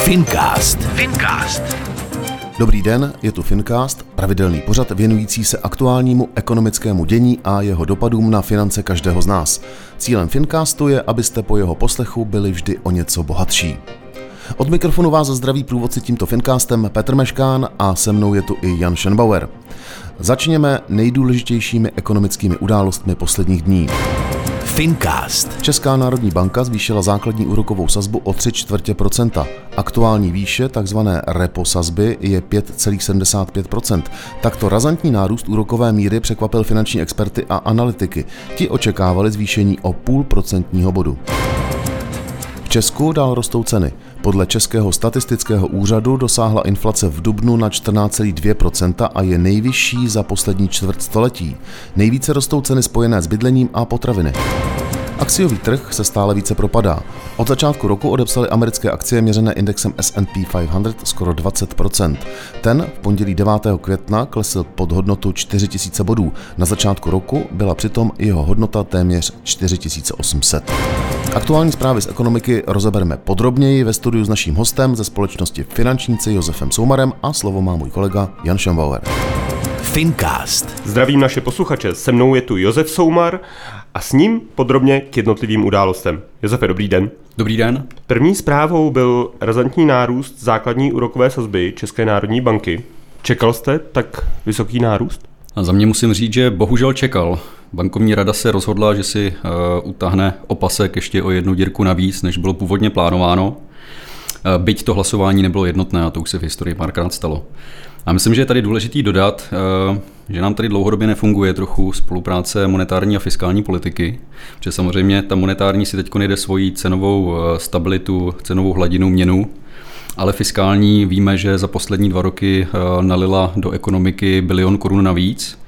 Fincast. Dobrý den, je tu Fincast, pravidelný pořad věnující se aktuálnímu ekonomickému dění a jeho dopadům na finance každého z nás. Cílem Fincastu je, abyste po jeho poslechu byli vždy o něco bohatší. Od mikrofonu vás zdraví průvodci tímto Fincastem Petr Meškán a se mnou je tu i Jan Schenbauer. Začněme nejdůležitějšími ekonomickými událostmi posledních dní. Fincast. Česká národní banka zvýšila základní úrokovou sazbu o 0,75%. Aktuální výše, takzvané repo sazby, je 5,75%. Takto razantní nárůst úrokové míry překvapil finanční experty a analytiky. Ti očekávali zvýšení o 0,5% bodu. V Česku dál rostou ceny. Podle Českého statistického úřadu dosáhla inflace v dubnu na 14,2% a je nejvyšší za poslední čtvrtstoletí. Nejvíce rostou ceny spojené s bydlením a potraviny. Akciový trh se stále více propadá. Od začátku roku odepsaly americké akcie měřené indexem S&P 500 skoro 20%. Ten v pondělí 9. května klesl pod hodnotu 4000 bodů. Na začátku roku byla přitom jeho hodnota téměř 4800. Aktuální zprávy z ekonomiky rozebereme podrobněji ve studiu s naším hostem ze společnosti Finančníci Josefem Soumarem a slovo má můj kolega Jan Schenbauer. Fincast. Zdravím naše posluchače, se mnou je tu Josef Soumar a s ním podrobně k jednotlivým událostem. Josefe, dobrý den. Dobrý den. První zprávou byl razantní nárůst základní úrokové sazby České národní banky. Čekal jste tak vysoký nárůst? A za mě musím říct, že bohužel čekal. Bankovní rada se rozhodla, že si utáhne opasek ještě o jednu dírku navíc, než bylo původně plánováno. Byť to hlasování nebylo jednotné a to už se v historii párkrát stalo. A myslím, že je tady důležitý dodat, že nám tady dlouhodobě nefunguje trochu spolupráce monetární a fiskální politiky, protože samozřejmě ta monetární si teď nejde svoji cenovou stabilitu, cenovou hladinu, měnu, ale fiskální víme, že za poslední 2 roky nalila do ekonomiky 1 bilion korun navíc.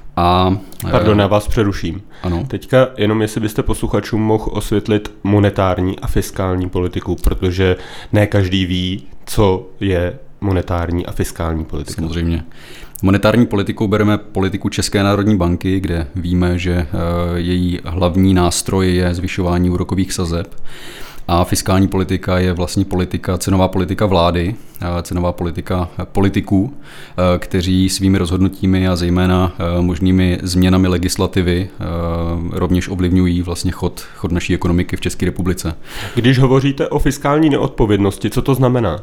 Pardon, já vás přeruším. Ano. Teďka jenom jestli byste posluchačům mohl osvětlit monetární a fiskální politiku, protože ne každý ví, co je monetární a fiskální politika. Samozřejmě. Monetární politikou bereme politiku České národní banky, kde víme, že její hlavní nástroj je zvyšování úrokových sazeb. A fiskální politika je vlastně cenová politika vlády, cenová politika politiků, kteří svými rozhodnutími a zejména možnými změnami legislativy rovněž ovlivňují vlastně chod naší ekonomiky v České republice. Když hovoříte o fiskální neodpovědnosti, co to znamená?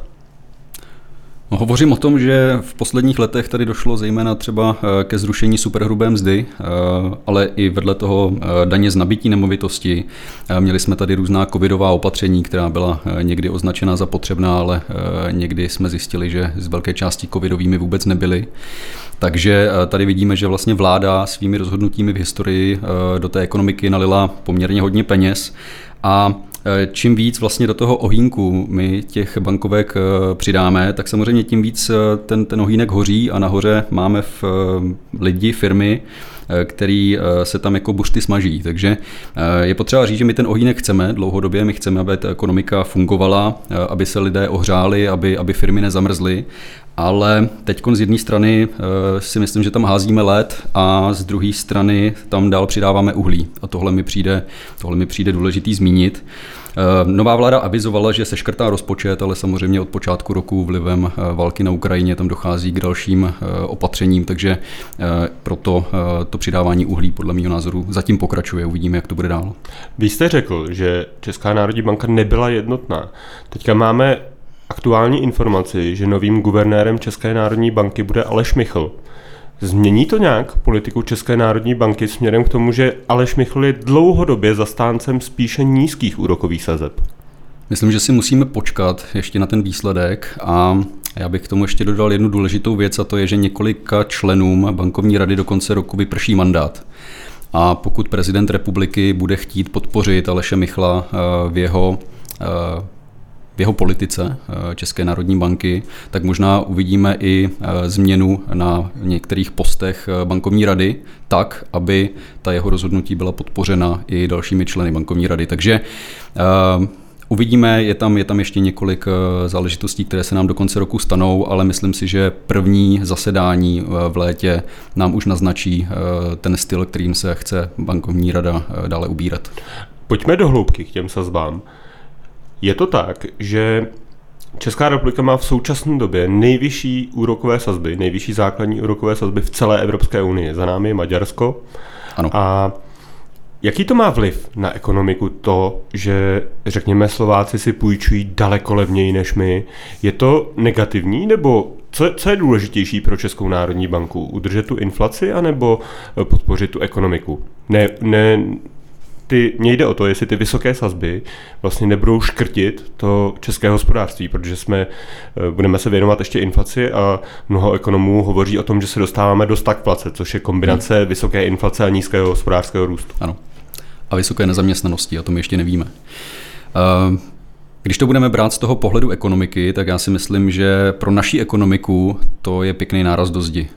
No, hovořím o tom, že v posledních letech tady došlo zejména třeba ke zrušení superhrubé mzdy, ale i vedle toho daně z nabytí nemovitosti. Měli jsme tady různá covidová opatření, která byla někdy označena za potřebná, ale někdy jsme zjistili, že z velké části covidovými vůbec nebyly. Takže tady vidíme, že vlastně vláda svými rozhodnutími v historii do té ekonomiky nalila poměrně hodně peněz a čím víc vlastně do toho ohýnku my těch bankovek přidáme, tak samozřejmě tím víc ten ohýnek hoří a nahoře máme lidi, firmy, který se tam jako buřty smaží. Takže je potřeba říct, že my ten ohýnek chceme dlouhodobě, my chceme, aby ta ekonomika fungovala, aby se lidé ohřáli, aby firmy nezamrzly, ale teď z jedné strany si myslím, že tam házíme led a z druhé strany tam dál přidáváme uhlí. A tohle mi přijde důležitý zmínit. Nová vláda avizovala, že seškrtá rozpočet, ale samozřejmě od počátku roku vlivem války na Ukrajině tam dochází k dalším opatřením, takže proto to přidávání uhlí podle mého názoru zatím pokračuje. Uvidíme, jak to bude dál. Vy jste řekl, že Česká národní banka nebyla jednotná. Teďka máme aktuální informaci, že novým guvernérem České národní banky bude Aleš Michl. Změní to nějak politiku České národní banky směrem k tomu, že Aleš Michl je dlouhodobě zastáncem spíše nízkých úrokových sazeb? Myslím, že si musíme počkat ještě na ten výsledek a já bych k tomu ještě dodal jednu důležitou věc a to je, že několika členům bankovní rady do konce roku vyprší mandát. A pokud prezident republiky bude chtít podpořit Aleše Michla v jeho politice České národní banky, tak možná uvidíme i změnu na některých postech bankovní rady, tak, aby ta jeho rozhodnutí byla podpořena i dalšími členy bankovní rady. Takže uvidíme, je tam ještě několik záležitostí, které se nám do konce roku stanou, ale myslím si, že první zasedání v létě nám už naznačí ten styl, kterým se chce bankovní rada dále ubírat. Pojďme do hloubky k těm sazbám. Je to tak, že Česká republika má v současné době nejvyšší úrokové sazby, nejvyšší základní úrokové sazby v celé Evropské unii. Za námi je Maďarsko. Ano. A jaký to má vliv na ekonomiku to, že řekněme Slováci si půjčují daleko levněji než my? Je to negativní, nebo co je důležitější pro Českou národní banku? Udržet tu inflaci anebo podpořit tu ekonomiku? Mně jde o to, jestli ty vysoké sazby vlastně nebudou škrtit to české hospodářství, protože budeme se věnovat ještě inflaci a mnoho ekonomů hovoří o tom, že se dostáváme do stagflace, což je kombinace vysoké inflace a nízkého hospodářského růstu. Ano. A vysoké nezaměstnanosti, a to my ještě nevíme. Když to budeme brát z toho pohledu ekonomiky, tak já si myslím, že pro naši ekonomiku to je pěkný náraz do zdi.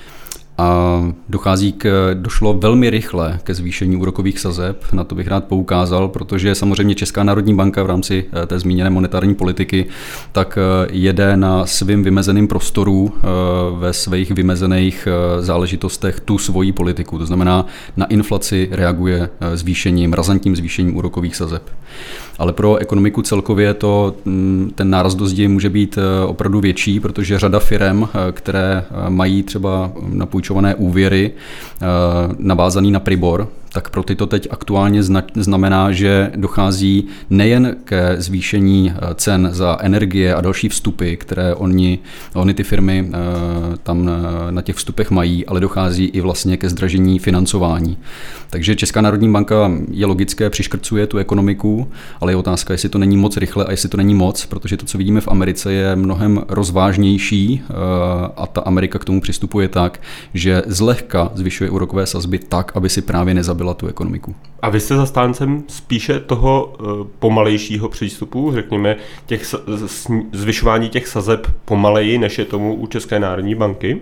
A došlo velmi rychle ke zvýšení úrokových sazeb, na to bych rád poukázal, protože samozřejmě Česká národní banka v rámci té zmíněné monetární politiky tak jede na svým vymezeným prostoru ve svých vymezených záležitostech tu svoji politiku. To znamená, na inflaci reaguje razantním zvýšením úrokových sazeb. Ale pro ekonomiku celkově ten náraz do zdi může být opravdu větší, protože řada firem, které mají třeba napůjčované úvěry navázaný na Pribor, tak pro tyto teď aktuálně znamená, že dochází nejen ke zvýšení cen za energie a další vstupy, které ony ty firmy tam na těch vstupech mají, ale dochází i vlastně ke zdražení financování. Takže Česká národní banka je logické, přiškrcuje tu ekonomiku, ale je otázka, jestli to není moc rychle a jestli to není moc, protože to, co vidíme v Americe, je mnohem rozvážnější a ta Amerika k tomu přistupuje tak, že zlehka zvyšuje úrokové sazby tak, aby si právě nezabila tu ekonomiku. A vy jste zastáncem spíše toho pomalejšího přístupu, řekněme, zvyšování těch sazeb pomaleji, než je tomu u České národní banky?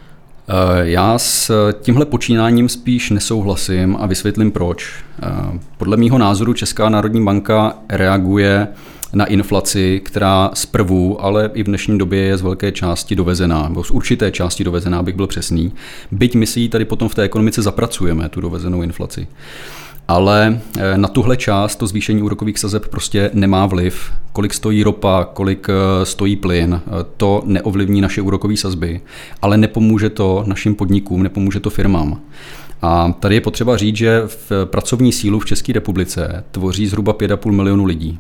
Já s tímhle počínáním spíš nesouhlasím a vysvětlím proč. Podle mýho názoru Česká národní banka reaguje na inflaci, která zprvu, ale i v dnešní době je z velké části dovezená, nebo z určité části dovezená, abych byl přesný. Byť my si ji tady potom v té ekonomice zapracujeme, tu dovezenou inflaci. Ale na tuhle část to zvýšení úrokových sazeb prostě nemá vliv. Kolik stojí ropa, kolik stojí plyn, to neovlivní naše úrokové sazby, ale nepomůže to našim podnikům, nepomůže to firmám. A tady je potřeba říct, že v pracovní sílu v České republice tvoří zhruba 5,5 milionu lidí.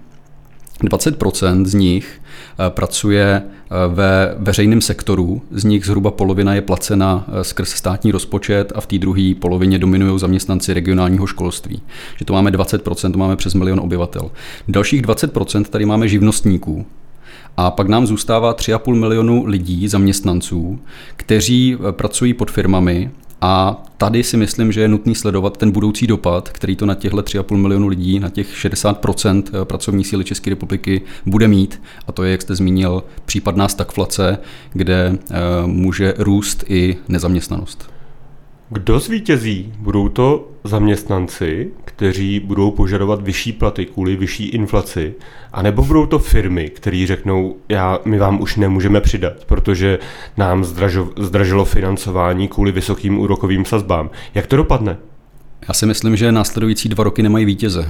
20% z nich pracuje ve veřejném sektoru, z nich zhruba polovina je placena skrz státní rozpočet a v té druhé polovině dominují zaměstnanci regionálního školství. Že to máme 20%, to máme přes 1 milion obyvatel. Dalších 20% tady máme živnostníků. A pak nám zůstává 3,5 milionu lidí, zaměstnanců, kteří pracují pod firmami. A tady si myslím, že je nutný sledovat ten budoucí dopad, který to na těchto 3,5 milionu lidí, na těch 60% pracovní síly České republiky bude mít. A to je, jak jste zmínil, případná stagflace, kde může růst i nezaměstnanost. Kdo zvítězí? Budou to zaměstnanci, kteří budou požadovat vyšší platy kvůli vyšší inflaci, anebo budou to firmy, kteří řeknou, my vám už nemůžeme přidat, protože nám zdražilo financování kvůli vysokým úrokovým sazbám. Jak to dopadne? Já si myslím, že následující 2 roky nemají vítěze.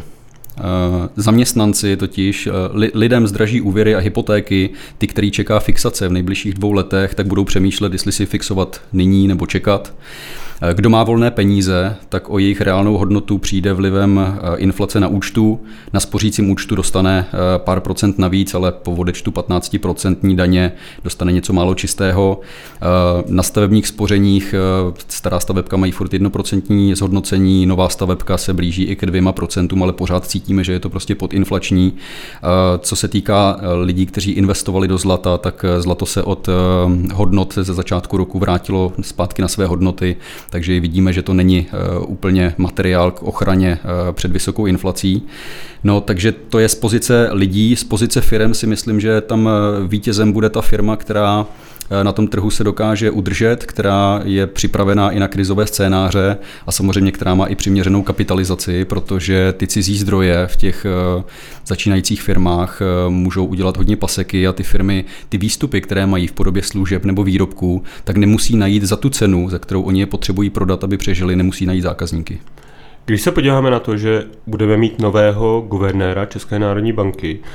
Zaměstnanci totiž lidem zdraží úvěry a hypotéky, ty, který čeká fixace v nejbližších 2 letech, tak budou přemýšlet, jestli si fixovat nyní nebo čekat. Kdo má volné peníze, tak o jejich reálnou hodnotu přijde vlivem inflace na účtu. Na spořícím účtu dostane pár procent navíc, ale po odečtu 15% daně dostane něco málo čistého. Na stavebních spořeních stará stavebka mají furt 1% zhodnocení, nová stavebka se blíží i ke 2%, ale pořád cítíme, že je to prostě podinflační. Co se týká lidí, kteří investovali do zlata, tak zlato se od hodnot ze začátku roku vrátilo zpátky na své hodnoty. Takže vidíme, že to není úplně materiál k ochraně před vysokou inflací. No, takže to je z pozice lidí, z pozice firem si myslím, že tam vítězem bude ta firma, která na tom trhu se dokáže udržet, která je připravená i na krizové scénáře a samozřejmě, která má i přiměřenou kapitalizaci, protože ty cizí zdroje v těch začínajících firmách můžou udělat hodně paseky a ty firmy, ty výstupy, které mají v podobě služeb nebo výrobků, tak nemusí najít za tu cenu, za kterou oni je potřebují prodat, aby přežili, nemusí najít zákazníky. Když se podíváme na to, že budeme mít nového guvernéra České národní banky,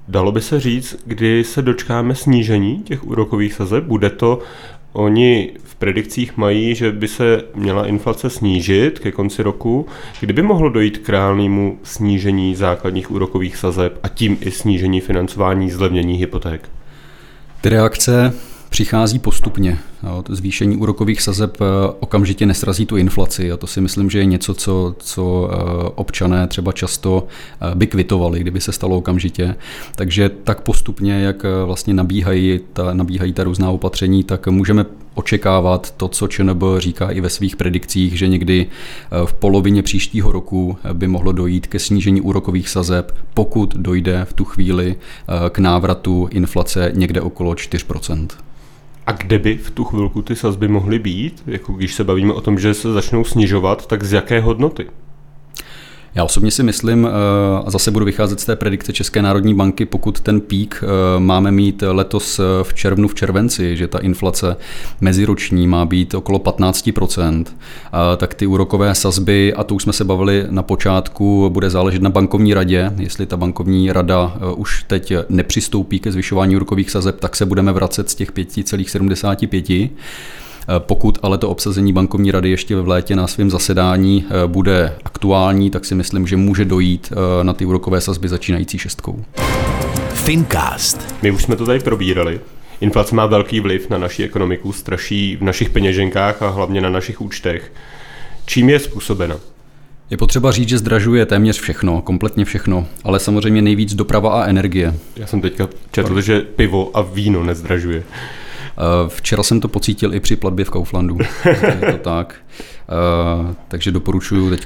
Dalo by se říct, kdy se dočkáme snížení těch úrokových sazeb? Bude to, oni v predikcích mají, že by se měla inflace snížit ke konci roku. Kdyby mohlo dojít k reálnému snížení základních úrokových sazeb a tím i snížení financování zlevnění hypoték? Ty reakce přichází postupně. Zvýšení úrokových sazeb okamžitě nesrazí tu inflaci a to si myslím, že je něco, co občané třeba často by kvitovali, kdyby se stalo okamžitě. Takže tak postupně, jak vlastně nabíhají ta různá opatření, tak můžeme očekávat to, co ČNB říká i ve svých predikcích, že někdy v polovině příštího roku by mohlo dojít ke snížení úrokových sazeb, pokud dojde v tu chvíli k návratu inflace někde okolo 4%. A kde by v tu chvilku ty sazby mohly být? Jako když se bavíme o tom, že se začnou snižovat, tak z jaké hodnoty? Já osobně si myslím, a zase budu vycházet z té predikce České národní banky, pokud ten pík máme mít letos v červnu, v červenci, že ta inflace meziroční má být okolo 15%, tak ty úrokové sazby, a to už jsme se bavili na počátku, bude záležet na bankovní radě. Jestli ta bankovní rada už teď nepřistoupí ke zvyšování úrokových sazeb, tak se budeme vracet z těch 5,75. Pokud ale to obsazení bankovní rady ještě v létě na svém zasedání bude aktuální, tak si myslím, že může dojít na ty úrokové sazby začínající 6. Fincast. My už jsme to tady probírali. Inflace má velký vliv na naši ekonomiku, straší v našich peněženkách a hlavně na našich účtech. Čím je způsobena? Je potřeba říct, že zdražuje téměř všechno, kompletně všechno, ale samozřejmě nejvíc doprava a energie. Já jsem teďka četl, že pivo a víno nezdražuje. Včera jsem to pocítil i při platbě v Kauflandu. Je to tak. Takže doporučuji teď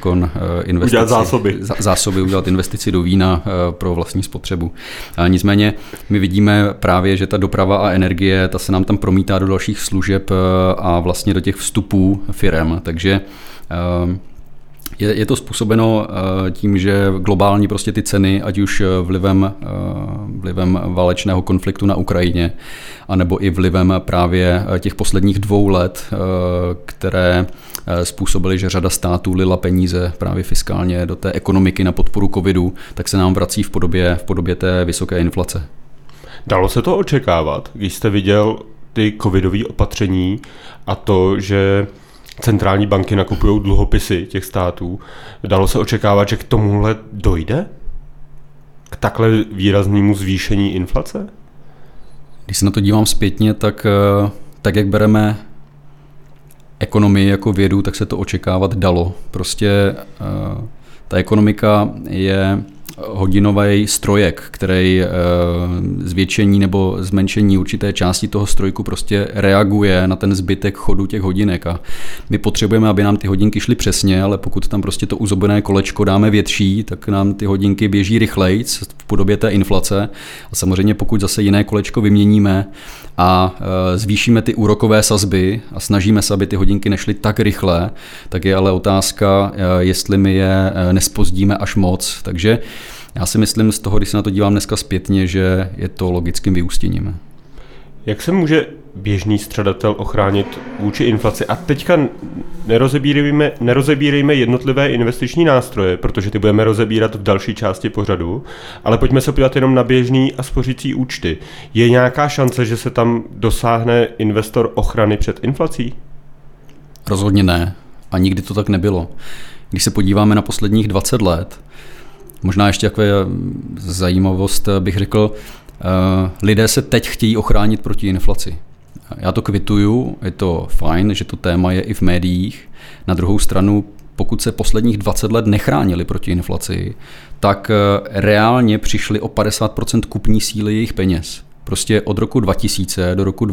udělat investici do vína pro vlastní spotřebu. Nicméně my vidíme právě, že ta doprava a energie, ta se nám tam promítá do dalších služeb a vlastně do těch vstupů firem. Takže je to způsobeno tím, že globální prostě ty ceny, ať už vlivem válečného konfliktu na Ukrajině, anebo i vlivem právě těch posledních 2 let, které způsobily, že řada států lila peníze právě fiskálně do té ekonomiky na podporu covidu, tak se nám vrací v podobě té vysoké inflace. Dalo se to očekávat, když jste viděl ty covidové opatření a to, že centrální banky nakupují dluhopisy těch států. Dalo se očekávat, že k tomuhle dojde? K takhle výraznému zvýšení inflace? Když se na to dívám zpětně, tak jak bereme ekonomii jako vědu, tak se to očekávat dalo. Prostě ta ekonomika je hodinový strojek, který zvětšení nebo zmenšení určité části toho strojku prostě reaguje na ten zbytek chodu těch hodinek a my potřebujeme, aby nám ty hodinky šly přesně, ale pokud tam prostě to uzobené kolečko dáme větší, tak nám ty hodinky běží rychlejc v podobě té inflace a samozřejmě pokud zase jiné kolečko vyměníme a zvýšíme ty úrokové sazby a snažíme se, aby ty hodinky nešly tak rychle, tak je ale otázka, jestli my je nespozdíme až moc, takže já si myslím z toho, když se na to dívám dneska zpětně, že je to logickým vyústěním. Jak se může běžný střadatel ochránit vůči inflaci? A teďka nerozebírejme jednotlivé investiční nástroje, protože ty budeme rozebírat v další části pořadu, ale pojďme se podívat jenom na běžný a spořící účty. Je nějaká šance, že se tam dosáhne investor ochrany před inflací? Rozhodně ne. A nikdy to tak nebylo. Když se podíváme na posledních 20 let, možná ještě takové zajímavost bych řekl, lidé se teď chtějí ochránit proti inflaci. Já to kvituju, je to fajn, že to téma je i v médiích. Na druhou stranu, pokud se posledních 20 let nechránili proti inflaci, tak reálně přišli o 50% kupní síly jejich peněz. Prostě od roku 2000 do roku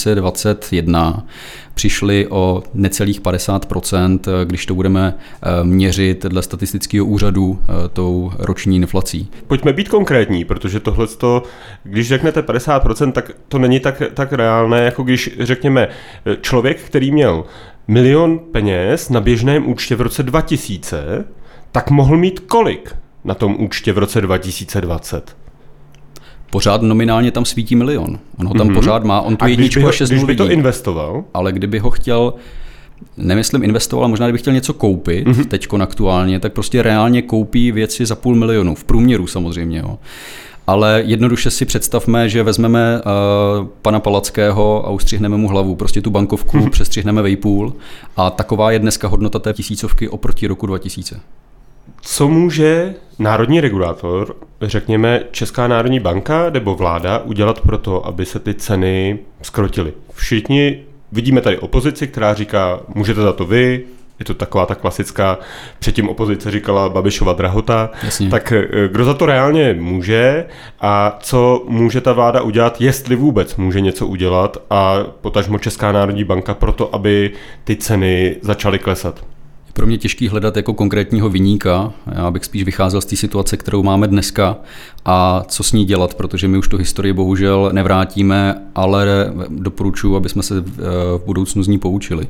2021 přišli o necelých 50%, když to budeme měřit dle statistického úřadu tou roční inflací. Pojďme být konkrétní, protože tohleto, když řeknete 50%, tak to není tak reálné, jako když řekněme člověk, který měl 1 000 000 peněz na běžném účtě v roce 2000, tak mohl mít kolik na tom účtě v roce 2020? Pořád nominálně tam svítí 1 000 000. On ho tam pořád má, on tu jedničku a 6 když by to investoval? Ale kdyby ho chtěl, nemyslím investoval, možná kdyby chtěl něco koupit, teďkon aktuálně, tak prostě reálně koupí věci za 500 000, v průměru samozřejmě. Jo. ale jednoduše si představme, že vezmeme pana Palackého a ustřihneme mu hlavu, prostě tu bankovku přestřihneme vejpůl a taková je dneska hodnota té tisícovky oproti roku 2000. Co může národní regulátor, řekněme Česká národní banka nebo vláda, udělat pro to, aby se ty ceny zkrotily? Všichni vidíme tady opozici, která říká, můžete za to vy, je to taková ta klasická, předtím opozice říkala Babišova drahota. Jasně. Tak kdo za to reálně může a co může ta vláda udělat, jestli vůbec může něco udělat a potažmo Česká národní banka pro to, aby ty ceny začaly klesat? Pro mě těžký hledat jako konkrétního viníka. Já bych spíš vycházel z té situace, kterou máme dneska a co s ní dělat, protože my už tu historii bohužel nevrátíme, ale doporučuji, aby jsme se v budoucnu z ní poučili.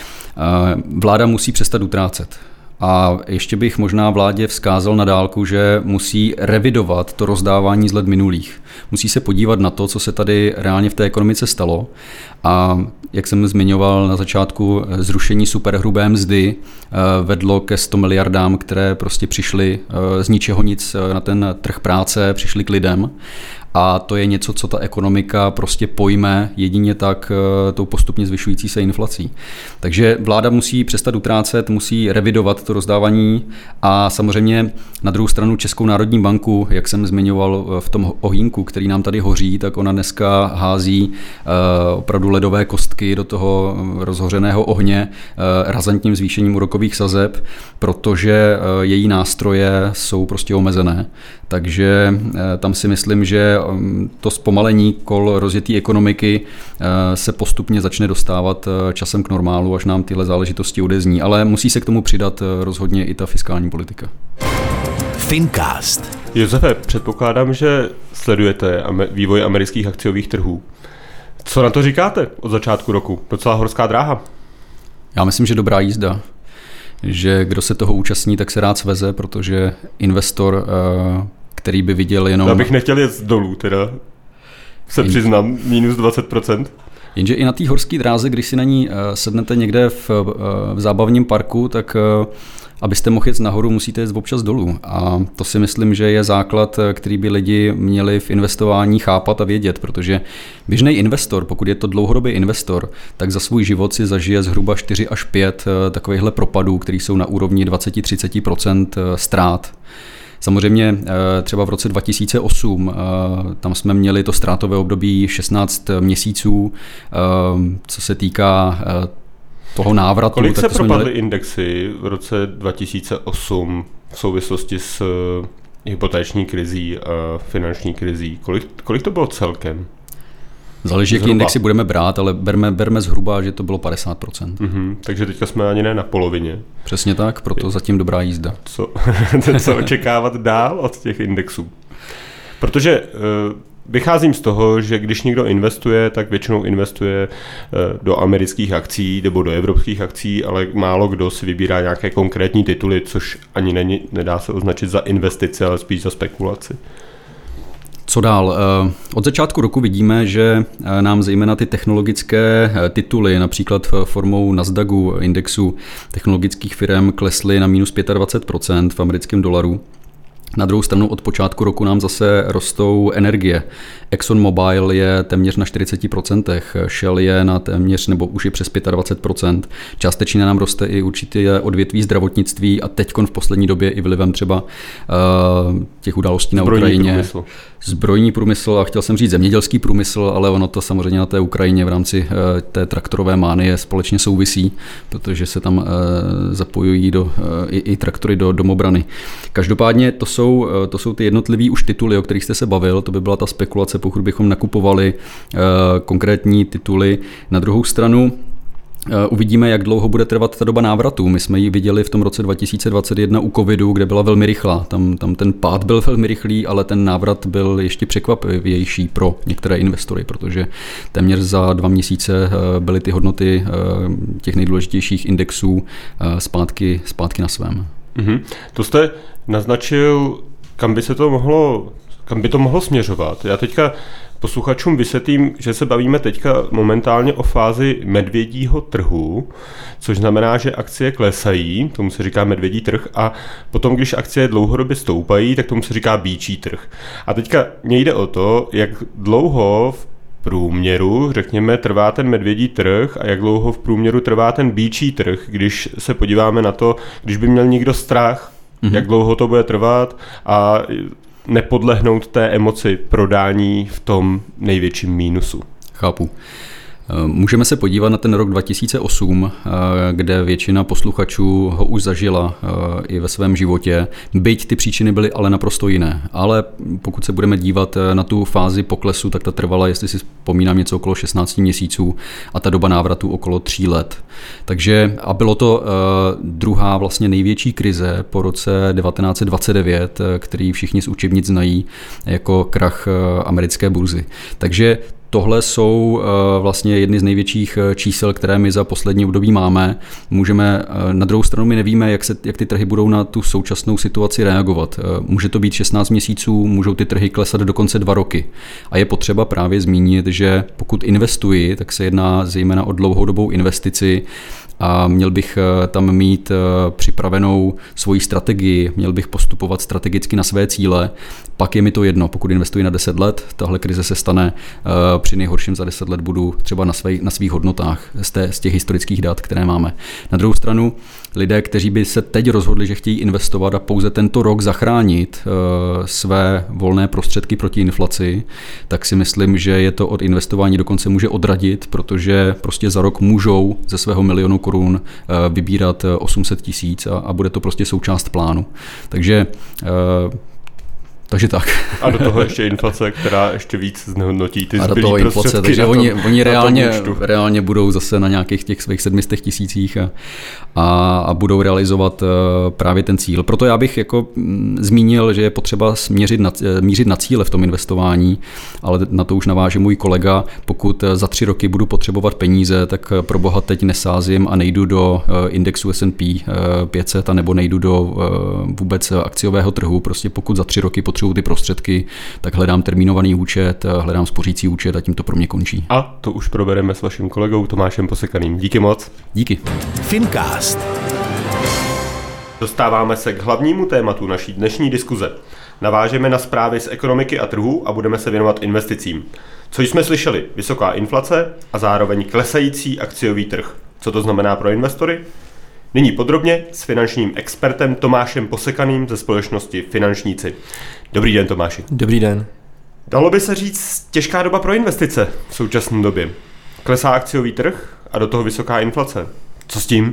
Vláda musí přestat utrácet. A ještě bych možná vládě vzkázal na dálku, že musí revidovat to rozdávání z let minulých. Musí se podívat na to, co se tady reálně v té ekonomice stalo. A jak jsem zmiňoval na začátku, zrušení superhrubé mzdy vedlo ke 100 miliardám, které prostě přišly z ničeho nic na ten trh práce, přišly k lidem. A to je něco, co ta ekonomika prostě pojme jedině tak tou postupně zvyšující se inflací. Takže vláda musí přestat utrácet, musí revidovat to rozdávání a samozřejmě na druhou stranu Českou národní banku, jak jsem zmiňoval v tom ohýnku, který nám tady hoří, tak ona dneska hází opravdu ledové kostky do toho rozhořeného ohně razantním zvýšením úrokových sazeb, protože její nástroje jsou prostě omezené. Takže tam si myslím, že to zpomalení kol rozjetý ekonomiky se postupně začne dostávat časem k normálu, až nám tyhle záležitosti odezní. Ale musí se k tomu přidat rozhodně i ta fiskální politika. Fincast. Josefe, předpokládám, že sledujete vývoj amerických akciových trhů. Co na to říkáte od začátku roku? Docela horská dráha. Já myslím, že dobrá jízda. Že kdo se toho účastní, tak se rád sveze, protože investor, který by viděl jenom... Já bych nechtěl jet dolů, teda se přiznám, minus 20%. Jenže i na té horské dráze, když si na ní sednete někde v zábavním parku, tak abyste mohli jet nahoru, musíte jet občas dolů. A to si myslím, že je základ, který by lidi měli v investování chápat a vědět, protože běžný investor, pokud je to dlouhodobý investor, tak za svůj život si zažije zhruba 4 až 5 takovýchhle propadů, které jsou na úrovni 20-30% ztrát. Samozřejmě třeba v roce 2008, tam jsme měli to ztrátové období 16 měsíců, co se týká toho návratu. Kolik tak se propadly indexy v roce 2008 v souvislosti s hypotéční krizí a finanční krizí? Kolik to bylo celkem? Záleží, jaký indexy budeme brát, ale berme zhruba, že to bylo 50%. Takže teďka jsme ani ne na polovině. Přesně tak, proto zatím dobrá jízda. Co očekávat dál od těch indexů? Protože vycházím z toho, že když někdo investuje, tak většinou investuje do amerických akcí nebo do evropských akcí, ale málo kdo si vybírá nějaké konkrétní tituly, což ani nedá se označit za investici, ale spíš za spekulaci. Co dál? Od začátku roku vidíme, že nám zejména ty technologické tituly, například formou Nasdaqu indexu technologických firm, klesly na minus 25% v americkém dolaru. Na druhou stranu od počátku roku nám zase rostou energie. ExxonMobil je téměř na 40%, Shell je na téměř nebo už je přes 25%. Částečně nám roste i určitě odvětví zdravotnictví a teďkon v poslední době i vlivem třeba těch událostí na Ukrajině. Zbrojní průmysl a chtěl jsem říct zemědělský průmysl, ale ono to samozřejmě na té Ukrajině v rámci té traktorové mánie společně souvisí, protože se tam zapojují i traktory do domobrany. Každopádně to jsou ty jednotlivý už tituly, o kterých jste se bavil, to by byla ta spekulace, pokud bychom nakupovali konkrétní tituly. Na druhou stranu uvidíme, jak dlouho bude trvat ta doba návratu. My jsme ji viděli v tom roce 2021 u covidu, kde byla velmi rychlá. Tam ten pád byl velmi rychlý, ale ten návrat byl ještě překvapivější pro některé investory, protože téměř za 2 měsíce byly ty hodnoty těch nejdůležitějších indexů zpátky na svém. To jste naznačil, kam by to mohlo směřovat. Já teďka Posluchačům vysvětlím, že se bavíme teďka momentálně o fázi medvědího trhu, což znamená, že akcie klesají, tomu se říká medvědí trh, a potom, když akcie dlouhodobě stoupají, tak tomu se říká býčí trh. A teďka mě jde o to, jak dlouho v průměru, řekněme, trvá ten medvědí trh a jak dlouho v průměru trvá ten býčí trh, když se podíváme na to, když by měl někdo strach, jak dlouho to bude trvat a nepodlehnout té emoci prodání v tom největším mínusu. Chápu. Můžeme se podívat na ten rok 2008, kde většina posluchačů ho už zažila i ve svém životě, byť ty příčiny byly ale naprosto jiné. Ale pokud se budeme dívat na tu fázi poklesu, tak ta trvala, jestli si vzpomínám, něco okolo 16 měsíců a ta doba návratu okolo 3 let. Takže a bylo to druhá vlastně největší krize po roce 1929, který všichni z učebnic znají jako krach americké burzy. Takže tohle jsou vlastně jedny z největších čísel, které my za poslední období máme. Na druhou stranu my nevíme, jak ty trhy budou na tu současnou situaci reagovat. Může to být 16 měsíců, můžou ty trhy klesat dokonce 2 roky. A je potřeba právě zmínit, že pokud investuji, tak se jedná zejména o dlouhodobou investici, a měl bych tam mít připravenou svoji strategii, měl bych postupovat strategicky na své cíle, pak je mi to jedno, pokud investuji na 10 let, tahle krize se stane, při nejhorším za 10 let budu třeba na svých hodnotách z těch historických dat, které máme. Na druhou stranu, lidé, kteří by se teď rozhodli, že chtějí investovat a pouze tento rok zachránit své volné prostředky proti inflaci, tak si myslím, že je to od investování dokonce může odradit, protože prostě za rok můžou ze svého 1 000 000 korun vybírat 800 000 a bude to prostě součást plánu. Takže tak. A do toho ještě inflace, která ještě víc znehodnotí ty zbylý prostředky. Inflace, takže oni reálně budou zase na nějakých těch svých 700 000 a budou realizovat právě ten cíl. Proto já bych jako zmínil, že je potřeba mířit na cíle v tom investování, ale na to už naváže můj kolega. Pokud za 3 roky budu potřebovat peníze, tak pro boha teď nesázím a nejdu do indexu S&P 500 a nebo nejdu do vůbec akciového trhu. Prostě pokud za 3 roky potřebuji ty prostředky, tak hledám termínovaný účet, hledám spořící účet a tím to pro mě končí. A to už probereme s vaším kolegou Tomášem Posekaným. Díky moc. Díky. Fincast. Dostáváme se k hlavnímu tématu naší dnešní diskuze. Navážeme na zprávy z ekonomiky a trhu a budeme se věnovat investicím. Co jsme slyšeli? Vysoká inflace a zároveň klesající akciový trh. Co to znamená pro investory? Nyní podrobně s finančním expertem Tomášem Posekaným ze společnosti Finančníci. Dobrý den, Tomáši. Dobrý den. Dalo by se říct těžká doba pro investice v současné době. Klesá akciový trh a do toho vysoká inflace. Co s tím?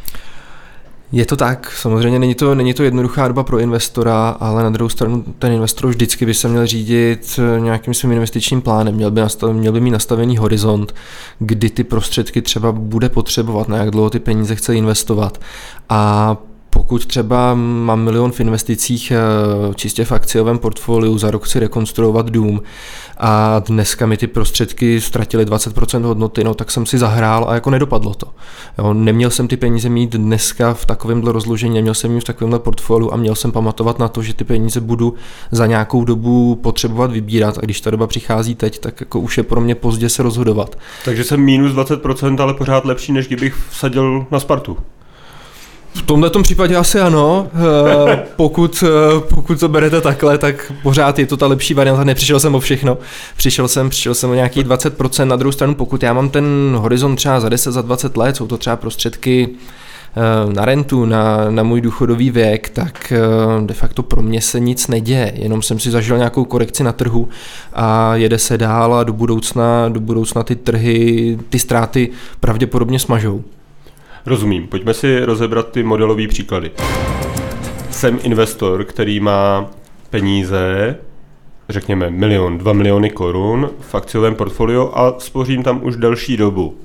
Je to tak, samozřejmě není to jednoduchá doba pro investora, ale na druhou stranu ten investor vždycky by se měl řídit nějakým svým investičním plánem, měl by mít nastavený horizont, kdy ty prostředky třeba bude potřebovat, na jak dlouho ty peníze chce investovat. A pokud třeba mám 1 000 000 v investicích čistě v akciovém portfoliu, za rok si rekonstruovat dům a dneska mi ty prostředky ztratily 20% hodnoty, no tak jsem si zahrál a jako nedopadlo to. Jo, neměl jsem ty peníze mít dneska v takovémhle rozložení, neměl jsem mít v takovémhle portfoliu a měl jsem pamatovat na to, že ty peníze budu za nějakou dobu potřebovat vybírat a když ta doba přichází teď, tak jako už je pro mě pozdě se rozhodovat. Takže jsem minus 20%, ale pořád lepší, než kdybych vsadil na Spartu. V tomto případě asi ano, pokud to berete takhle, tak pořád je to ta lepší varianta, nepřišel jsem o všechno, přišel jsem o nějakých 20%, na druhou stranu pokud já mám ten horizont třeba za 10, za 20 let, jsou to třeba prostředky na rentu, na můj důchodový věk, tak de facto pro mě se nic neděje, jenom jsem si zažil nějakou korekci na trhu a jede se dál a do budoucna ty trhy, ty ztráty pravděpodobně smažou. Rozumím, pojďme si rozebrat ty modelové příklady. Jsem investor, který má peníze, řekněme 1 000 000, 2 miliony korun v akciovém portfoliu a spořím tam už delší dobu.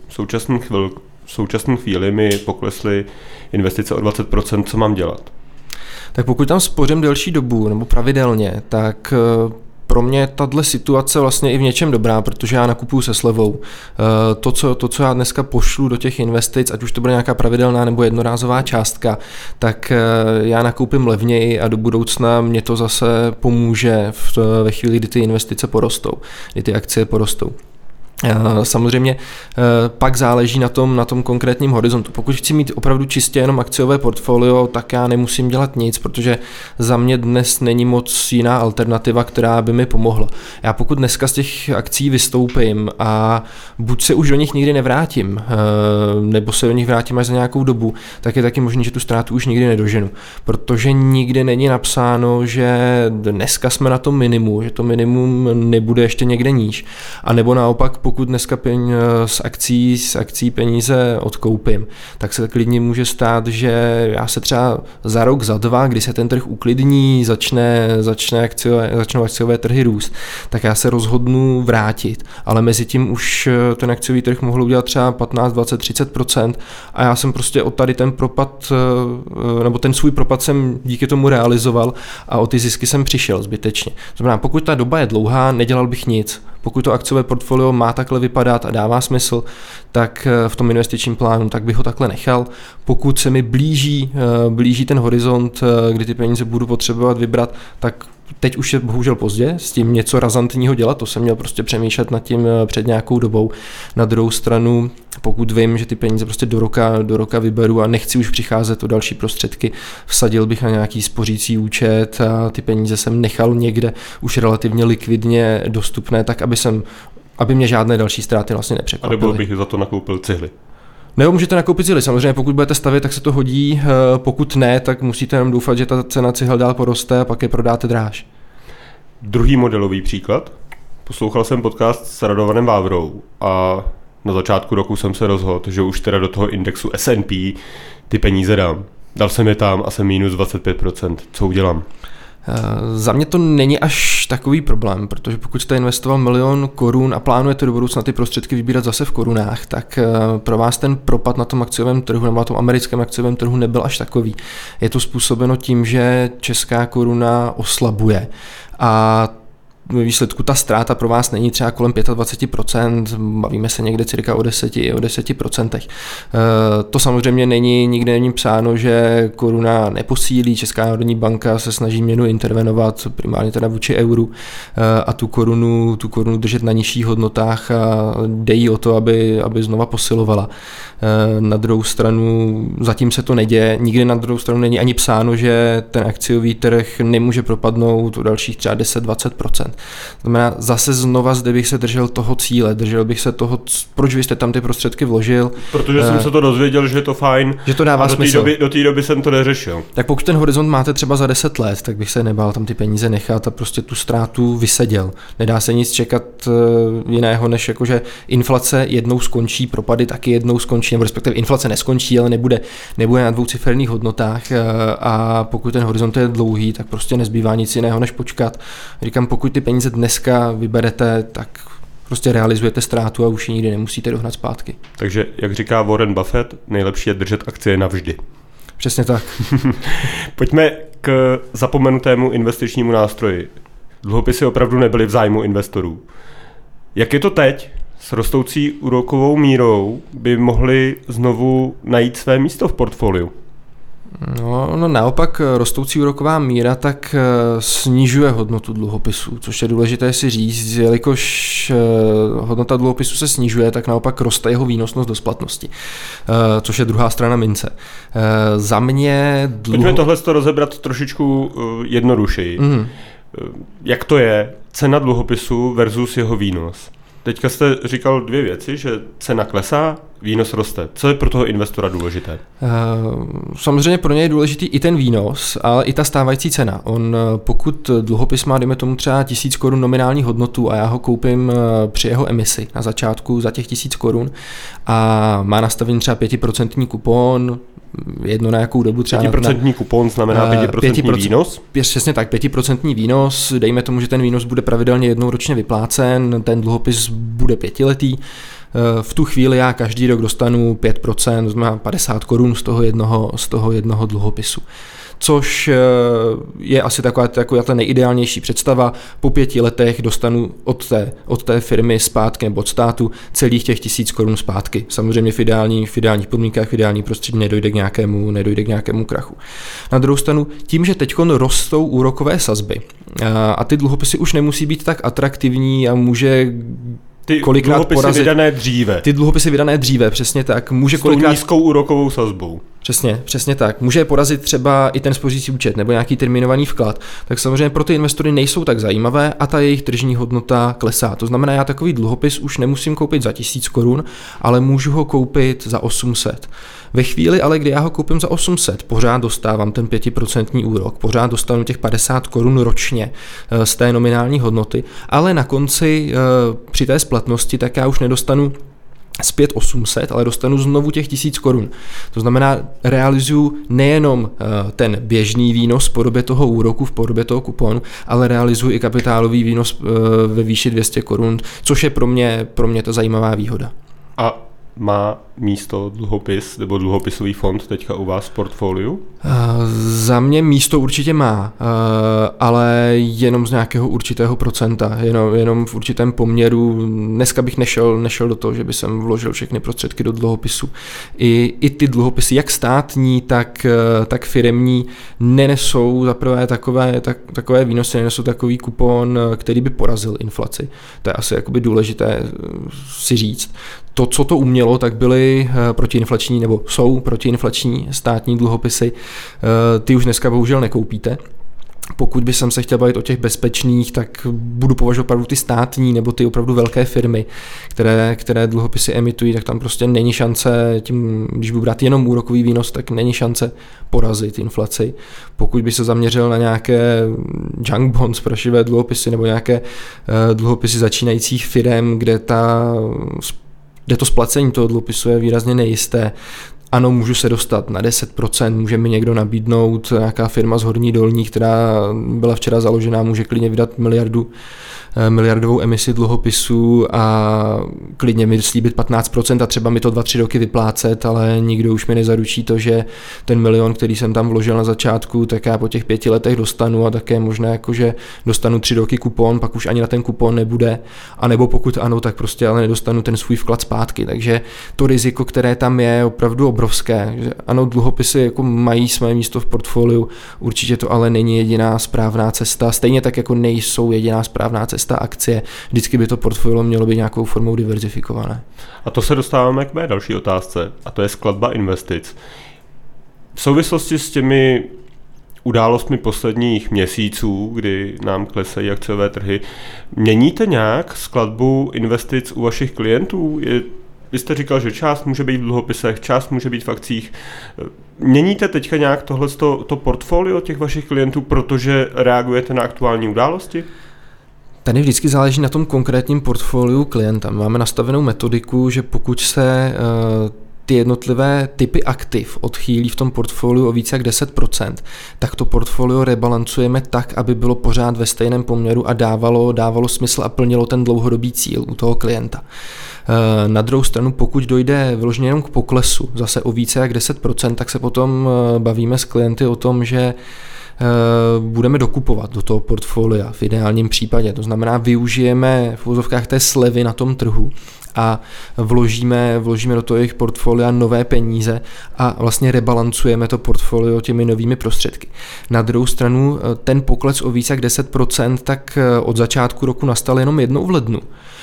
V současné chvíli mi poklesly investice o 20%, co mám dělat? Tak pokud tam spořím delší dobu nebo pravidelně, tak pro mě tahle situace vlastně i v něčem dobrá, protože já nakupuju se slevou. To, co já dneska pošlu do těch investic, ať už to bude nějaká pravidelná nebo jednorázová částka, tak já nakoupím levněji a do budoucna mě to zase pomůže ve chvíli, kdy ty investice porostou, kdy ty akcie porostou. Samozřejmě pak záleží na tom konkrétním horizontu. Pokud chci mít opravdu čistě jenom akciové portfolio, tak já nemusím dělat nic, protože za mě dnes není moc jiná alternativa, která by mi pomohla. Já pokud dneska z těch akcí vystoupím a buď se už do nich nikdy nevrátím, nebo se do nich vrátím až za nějakou dobu, tak je taky možné, že tu ztrátu už nikdy nedoženu. Protože nikdy není napsáno, že dneska jsme na tom minimu, že to minimum nebude ještě někde níž. A nebo naopak, pokud dneska z akcí peníze odkoupím, tak se klidně může stát, že já se třeba za rok, za dva, kdy se ten trh uklidní, začnou akciové trhy růst, tak já se rozhodnu vrátit. Ale mezi tím už ten akciový trh mohl udělat třeba 15, 20, 30% a já jsem prostě od tady ten propad, nebo ten svůj propad jsem díky tomu realizoval a o ty zisky jsem přišel zbytečně. To znamená, pokud ta doba je dlouhá, nedělal bych nic. Pokud to akciové portfolio má takhle vypadat a dává smysl, tak v tom investičním plánu, tak bych ho takhle nechal. Pokud se mi blíží ten horizont, kdy ty peníze budu potřebovat vybrat, tak teď už je bohužel pozdě s tím něco razantního dělat, to jsem měl prostě přemýšlet nad tím před nějakou dobou. Na druhou stranu, pokud vím, že ty peníze prostě do roka vyberu a nechci už přicházet o další prostředky, vsadil bych na nějaký spořící účet a ty peníze jsem nechal někde už relativně likvidně dostupné, tak aby mě žádné další ztráty vlastně nepřekvapily. A nebo bych za to nakoupil cihly. Nebo můžete nakoupit cihly, samozřejmě pokud budete stavět, tak se to hodí, pokud ne, tak musíte jenom doufat, že ta cena cihel dál poroste a pak je prodáte dráž. Druhý modelový příklad. Poslouchal jsem podcast s Radovanem Vávrou a na začátku roku jsem se rozhodl, že už teda do toho indexu S&P ty peníze dám. Dal jsem je tam a jsem minus 25%. Co udělám? Za mě to není až takový problém, protože pokud jste investoval 1 000 000 korun a plánujete do budoucna ty prostředky vybírat zase v korunách, tak pro vás ten propad na tom akciovém trhu nebo na tom americkém akciovém trhu nebyl až takový. Je to způsobeno tím, že česká koruna oslabuje a ve výsledku ta ztráta pro vás není třeba kolem 25%, bavíme se někde cirka o 10%. To samozřejmě nikde není psáno, že koruna neposílí, Česká národní banka se snaží měnu intervenovat, primárně teda vůči euru a tu korunu držet na nižších hodnotách a jde jí o to, aby znova posilovala. Na druhou stranu zatím se to neděje, nikdy na druhou stranu není ani psáno, že ten akciový trh nemůže propadnout o dalších třeba 10-20%. Znamená, zase znova zde bych se držel toho cíle, držel bych se toho, proč vy jste tam ty prostředky vložil. Protože jsem se to dozvěděl, že je to fajn, že to dává smysl. Do té doby jsem to neřešil. Tak pokud ten horizont máte třeba za 10 let, tak bych se nebál tam ty peníze nechat a prostě tu ztrátu vyseděl. Nedá se nic čekat jiného, než jakože inflace jednou skončí, propady taky jednou skončí, nebo respektive inflace neskončí, ale nebude na dvouciferných hodnotách a pokud ten horizont je dlouhý, tak prostě nezbývá nic jiného, než počkat. Říkám, pokud ty peníze dneska vyberete, tak prostě realizujete ztrátu a už ji nikdy nemusíte dohnat zpátky. Takže, jak říká Warren Buffett, nejlepší je držet akcie navždy. Přesně tak. Pojďme k zapomenutému investičnímu nástroji. Dluhopisy opravdu nebyly v zájmu investorů. Jak je to teď? S rostoucí úrokovou mírou by mohli znovu najít své místo v portfoliu. No naopak rostoucí úroková míra tak snižuje hodnotu dluhopisů, což je důležité si říct, jelikož hodnota dluhopisu se snižuje, tak naopak roste jeho výnosnost do splatnosti, což je druhá strana mince. Za mě Pojďme tohle rozebrat trošičku jednodušeji. Jak to je cena dluhopisu versus jeho výnos? Teďka jste říkal 2 věci, že cena klesá, výnos roste. Co je pro toho investora důležité? Samozřejmě pro něj je důležitý i ten výnos, ale i ta stávající cena. Pokud dluhopis má, dejme tomu třeba 1000 korun nominální hodnotu a já ho koupím při jeho emisi na začátku za těch 1000 korun a má nastavený třeba 5% kupon, jedno na nějakou dobu třeba 5% kupon znamená 5% výnos? Přesně tak, 5% výnos, dejme tomu, že ten výnos bude pravidelně jednou ročně vyplácen, ten dluhopis bude 5letý, v tu chvíli já každý rok dostanu 5%, to znamená 50 korun z toho jednoho dluhopisu. což je asi taková ta nejideálnější představa. Po 5 letech dostanu od té firmy zpátky nebo od státu celých těch 1000 korun zpátky. Samozřejmě v ideálních podmínkách, v ideální prostředí nedojde k nějakému krachu. Na druhou stranu, tím, že teď rostou úrokové sazby a ty dluhopisy už nemusí být tak atraktivní a může ty kolikrát dluhopisy porazit. vydané dříve. Ty dluhopisy vydané dříve, přesně tak. Může s kolikrát nízkou úrokovou sazbou. Přesně tak. Může porazit třeba i ten spořící účet nebo nějaký terminovaný vklad. Tak samozřejmě pro ty investory nejsou tak zajímavé a ta jejich tržní hodnota klesá. To znamená, já takový dluhopis už nemusím koupit za 1000 korun, ale můžu ho koupit za 800. Ve chvíli ale, kdy já ho koupím za 800, pořád dostávám ten 5% úrok, pořád dostanu těch 50 korun ročně z té nominální hodnoty, ale na konci při té splatnosti tak já už nedostanu zpět 800, ale dostanu znovu těch 1000 korun. To znamená, realizuju nejenom ten běžný výnos v podobě toho úroku, v podobě toho kuponu, ale realizuju i kapitálový výnos ve výši 200 korun, což je pro mě ta zajímavá výhoda. A má místo dluhopis nebo dluhopisový fond teďka u vás v portfoliu? Za mě místo určitě má, ale jenom z nějakého určitého procenta, jenom v určitém poměru. Dneska bych nešel do toho, že by jsem vložil všechny prostředky do dluhopisu. I ty dluhopisy, jak státní, tak firemní, nenesou zaprvé takové výnosy, nenesou takový kupon, který by porazil inflaci. To je asi jakoby důležité si říct. To, co to umělo, tak byly protiinflační nebo jsou protiinflační státní dluhopisy. Ty už dneska bohužel nekoupíte. Pokud by jsem se chtěl bavit o těch bezpečných, tak budu považovat opravdu ty státní nebo ty opravdu velké firmy, které dluhopisy emitují, tak tam prostě není šance, když budu brát jenom úrokový výnos, tak není šance porazit inflaci. Pokud by se zaměřil na nějaké junk bonds, prašivé dluhopisy nebo nějaké dluhopisy začínajících firem, kde to splacení toho dluhopisu je výrazně nejisté. Ano, můžu se dostat na 10%, může mi někdo nabídnout, nějaká firma z Horní Dolní, která byla včera založená, může klidně vydat miliardovou emisi dluhopisů a klidně mi slíbit 15% a třeba mi to 2-3 roky vyplácet, ale nikdo už mi nezaručí to, že ten milion, který jsem tam vložil na začátku, tak já po těch 5 letech dostanu a také možná jako, že dostanu 3 roky kupon, pak už ani na ten kupon nebude, anebo pokud ano, tak prostě ale nedostanu ten svůj vklad zpátky, takže to riziko, které tam je opravdu obrovské. Ano, dluhopisy jako mají své místo v portfoliu, určitě to ale není jediná správná cesta, stejně tak jako nejsou jediná správná cesta akcie, vždycky by to portfolio mělo být nějakou formou diverzifikované. A to se dostáváme k mé další otázce, a to je skladba investic. V souvislosti s těmi událostmi posledních měsíců, kdy nám klesají akciové trhy, měníte nějak skladbu investic u vašich klientů? Vy jste říkal, že část může být v dluhopisech, část může být v akcích. Měníte teďka nějak to portfolio těch vašich klientů, protože reagujete na aktuální události? Tady vždycky záleží na tom konkrétním portfoliu klienta. Máme nastavenou metodiku, že pokud se ty jednotlivé typy aktiv odchýlí v tom portfoliu o více jak 10%, tak to portfolio rebalancujeme tak, aby bylo pořád ve stejném poměru a dávalo smysl a plnilo ten dlouhodobý cíl u toho klienta. Na druhou stranu, pokud dojde vyloženě jenom k poklesu zase o více jak 10%, tak se potom bavíme s klienty o tom, že budeme dokupovat do toho portfolia v ideálním případě. To znamená, využijeme v uvozovkách té slevy na tom trhu a vložíme do toho jejich portfolia nové peníze a vlastně rebalancujeme to portfolio těmi novými prostředky. Na druhou stranu, ten pokles o více jak 10%, tak od začátku roku nastal jenom jednou v lednu.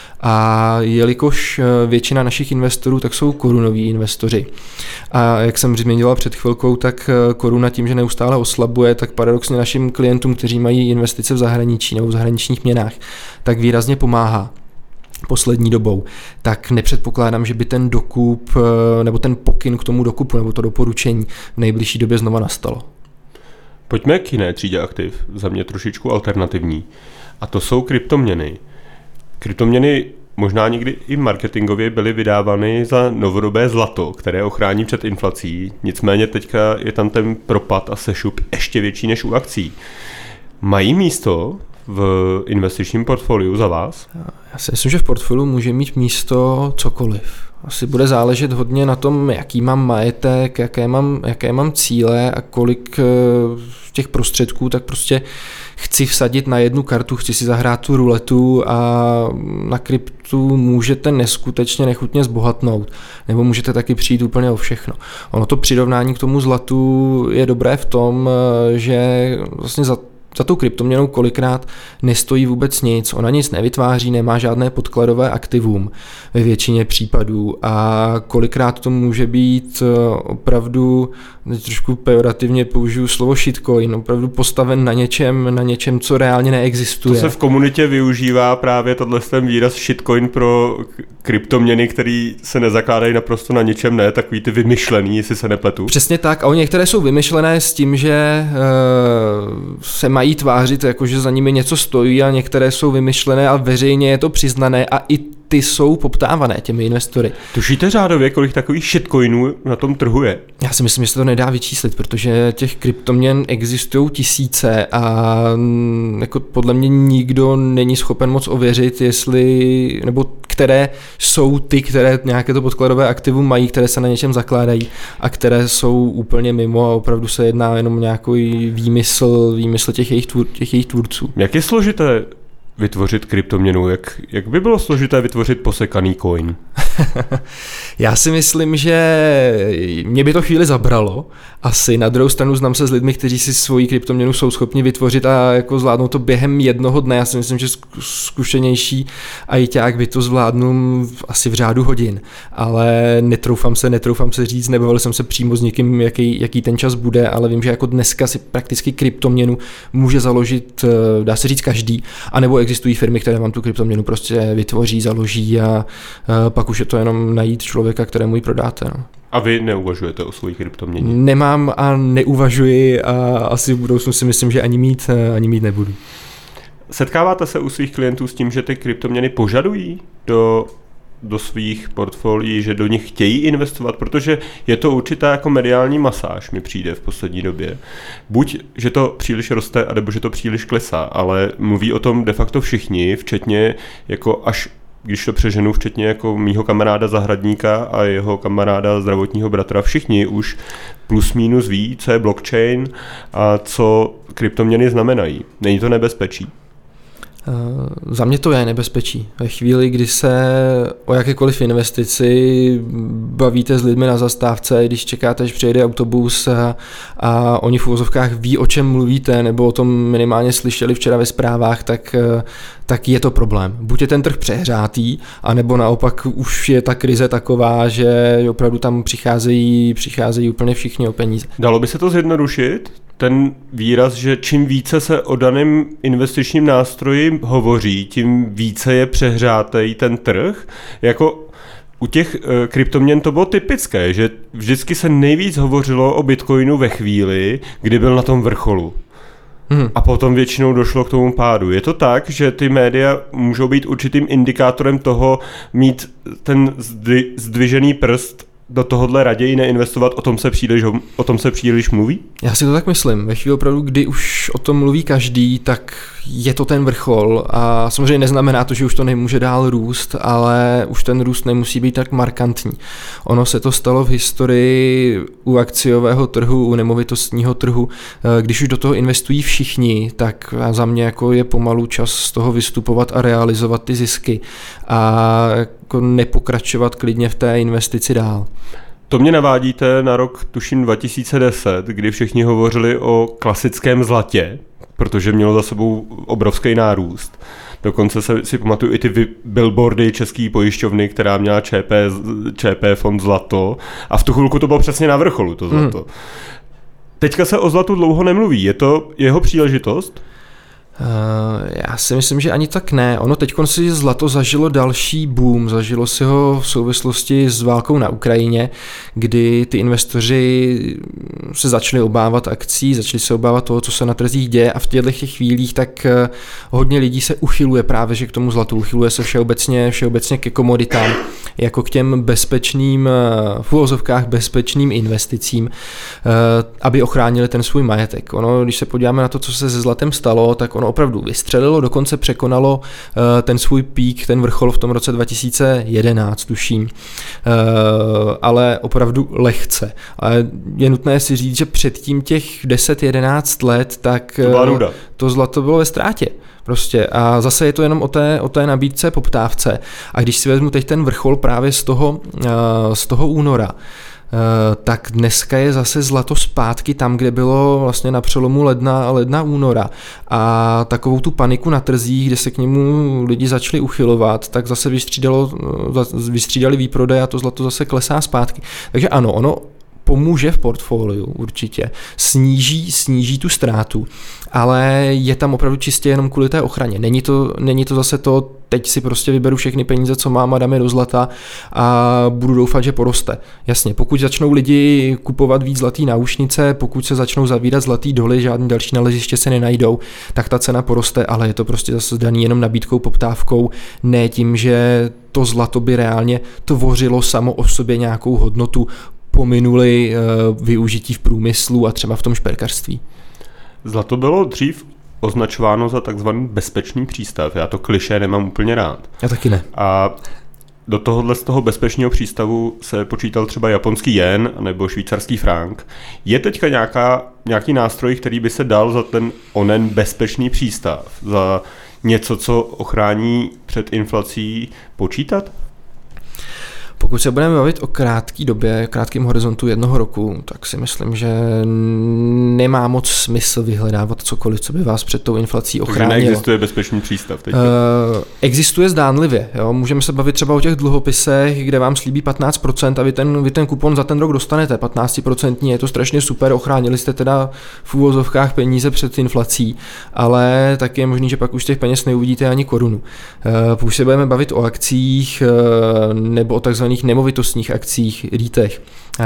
A jelikož většina našich investorů tak jsou korunoví investoři a jak jsem zmínila před chvilkou, tak koruna tím, že neustále oslabuje, tak paradoxně našim klientům, kteří mají investice v zahraničí nebo v zahraničních měnách, tak výrazně pomáhá poslední dobou, tak nepředpokládám, že by ten dokup nebo ten pokyn k tomu dokupu nebo to doporučení v nejbližší době znova nastalo. Pojďme k jiné třídě aktiv, za mě trošičku alternativní, a to jsou kryptoměny. Kryptoměny možná někdy i marketingově byly vydávány za novodobé zlato, které ochrání před inflací, nicméně teďka je tam ten propad a sešup ještě větší než u akcí. Mají místo v investičním portfoliu za vás? Já si myslím, že v portfoliu může mít místo cokoliv. asi bude záležet hodně na tom, jaký mám majetek, jaké mám cíle a kolik těch prostředků, tak prostě chci vsadit na jednu kartu, chci si zahrát tu ruletu a na kryptu můžete neskutečně nechutně zbohatnout, nebo můžete taky přijít úplně o všechno. Ono to přirovnání k tomu zlatu je dobré v tom, že vlastně za tou kryptoměnou kolikrát nestojí vůbec nic, ona nic nevytváří, nemá žádné podkladové aktivum ve většině případů a kolikrát to může být opravdu, trošku pejorativně použiju slovo shitcoin, opravdu postaven na něčem, co reálně neexistuje. To se v komunitě využívá právě ten výraz shitcoin pro kryptoměny, které se nezakládají naprosto na ničem, ne, takový ty vymyšlený, jestli se nepletu. Přesně tak, a některé jsou vymyšlené s tím, že se mají tvářit, jakože za nimi něco stojí, a některé jsou vymyšlené a veřejně je to přiznané a i ty jsou poptávané těmi investory. Tušíte řádově, kolik takových shitcoinů na tom trhu je? Já si myslím, že se to nedá vyčíslit, protože těch kryptoměn existují tisíce a jako podle mě nikdo není schopen moc ověřit, nebo které jsou ty, které nějaké to podkladové aktivum mají, které se na něčem zakládají a které jsou úplně mimo a opravdu se jedná jenom nějaký výmysl těch jejich tvůrců. Jak je složité vytvořit kryptoměnu? Jak by bylo složité vytvořit posekaný coin? Já si myslím, že mě by to chvíli zabralo. Asi na druhou stranu znám se s lidmi, kteří si svoji kryptoměnu jsou schopni vytvořit a jako zvládnou to během jednoho dne. Já si myslím, že zkušenější ajťák by to zvládnul asi v řádu hodin. Ale netroufám se říct, nebavil jsem se přímo s někým, jaký ten čas bude, ale vím, že jako dneska si prakticky kryptoměnu může založit, dá se říct, každý, anebo existují firmy, které vám tu kryptoměnu prostě vytvoří, založí a pak už je to jenom najít člověka, kterému ji prodáte. No. A vy neuvažujete o svojí kryptoměně? Nemám a neuvažuji a asi v budoucnu si myslím, že ani mít nebudu. Setkáváte se u svých klientů s tím, že ty kryptoměny požadují do svých portfolií, že do nich chtějí investovat, protože je to určitá jako mediální masáž, mi přijde v poslední době. Buď, že to příliš roste, anebo že to příliš klesá, ale mluví o tom de facto všichni, včetně jako až když to přeženu, včetně jako mýho kamaráda zahradníka a jeho kamaráda zdravotního bratra, všichni už plus minus ví, co je blockchain a co kryptoměny znamenají. Není to nebezpečí? Za mě to je nebezpečí. Ve chvíli, kdy se o jakékoliv investici bavíte s lidmi na zastávce, když čekáte, až přijede autobus a oni v uvozovkách ví, o čem mluvíte, nebo o tom minimálně slyšeli včera ve zprávách, tak je to problém. Buď je ten trh přehřátý, anebo naopak už je ta krize taková, že opravdu tam přicházejí úplně všichni o peníze. Dalo by se to zjednodušit? Ten výraz, že čím více se o daném investičním nástroji hovoří, tím více je přehřátej ten trh. Jako u těch kryptoměn to bylo typické, že vždycky se nejvíc hovořilo o Bitcoinu ve chvíli, kdy byl na tom vrcholu. A potom většinou došlo k tomu pádu. Je to tak, že ty média můžou být určitým indikátorem toho, mít ten zdvižený prst do tohohle raději neinvestovat, o tom se příliš mluví? Já si to tak myslím. Ve chvíli opravdu, kdy už o tom mluví každý, tak je to ten vrchol a samozřejmě neznamená to, že už to nemůže dál růst, ale už ten růst nemusí být tak markantní. Ono se to stalo v historii u akciového trhu, u nemovitostního trhu, když už do toho investují všichni, tak za mě jako je pomalu čas z toho vystupovat a realizovat ty zisky a jako nepokračovat klidně v té investici dál. To mě navádíte na rok, tuším 2010, kdy všichni hovořili o klasickém zlatě, protože mělo za sebou obrovský nárůst. Dokonce si pamatuju i ty billboardy české pojišťovny, která měla ČP fond zlato a v tu chvilku to bylo přesně na vrcholu to zlato. Teďka se o zlatu dlouho nemluví. Je to jeho příležitost? Já si myslím, že ani tak ne. Ono teďkon si zlato zažilo další boom. Zažilo si ho v souvislosti s válkou na Ukrajině, kdy ty investoři se začali obávat akcí, začali se obávat toho, co se na trzích děje a v těchto chvílích tak hodně lidí se uchyluje právě že k tomu zlatu. Uchyluje se všeobecně ke komoditám. jako k těm bezpečným, v uvozovkách bezpečným investicím, aby ochránili ten svůj majetek. Ono, když se podíváme na to, co se se zlatem stalo, tak ono opravdu vystřelilo, dokonce překonalo ten svůj pík, ten vrchol v tom roce 2011, tuším, ale opravdu lehce. Ale je nutné si říct, že předtím těch 10-11 let, tak to zlato bylo ve ztrátě. Prostě. A zase je to jenom o té nabídce, poptávce. A když si vezmu teď ten vrchol právě z toho února, tak dneska je zase zlato zpátky tam, kde bylo vlastně na přelomu ledna února. A takovou tu paniku na trzích, kde se k němu lidi začali uchylovat, tak zase vystřídali výprodej a to zlato zase klesá zpátky. Takže ano, ono pomůže v portfoliu určitě, sníží tu ztrátu, ale je tam opravdu čistě jenom kvůli té ochraně. Není to zase to, teď si prostě vyberu všechny peníze, co mám a dám je do zlata a budu doufat, že poroste. Jasně, pokud začnou lidi kupovat víc zlatý náušnice, pokud se začnou zavírat zlatý doly, žádný další naleziště se nenajdou, tak ta cena poroste, ale je to prostě zase daný jenom nabídkou, poptávkou, ne tím, že to zlato by reálně tvořilo samo o sobě nějakou hodnotu, pominuli využití v průmyslu a třeba v tom šperkařství. Zlato bylo dřív označováno za takzvaný bezpečný přístav. Já to klišé nemám úplně rád. Já taky ne. A do tohohle z toho bezpečného přístavu se počítal třeba japonský jen nebo švýcarský frank. Je teďka nějaký nástroj, který by se dal za ten onen bezpečný přístav, za něco, co ochrání před inflací, počítat? Pokud se budeme bavit o krátké době, krátkém horizontu 1 roku, tak si myslím, že nemá moc smysl vyhledávat cokoliv, co by vás před tou inflací ochránilo. Takže neexistuje bezpečný přístav teď? Existuje zdánlivě. Jo? Můžeme se bavit třeba o těch dluhopisech, kde vám slíbí 15% a vy ten kupon za ten rok dostanete 15%, je to strašně super, ochránili jste teda v úvozovkách peníze před inflací, ale taky je možný, že pak už těch peněz neuvidíte ani korunu. Pokud se budeme bavit o akcích nebo o takzvaných nemovitostních akcích, REITech,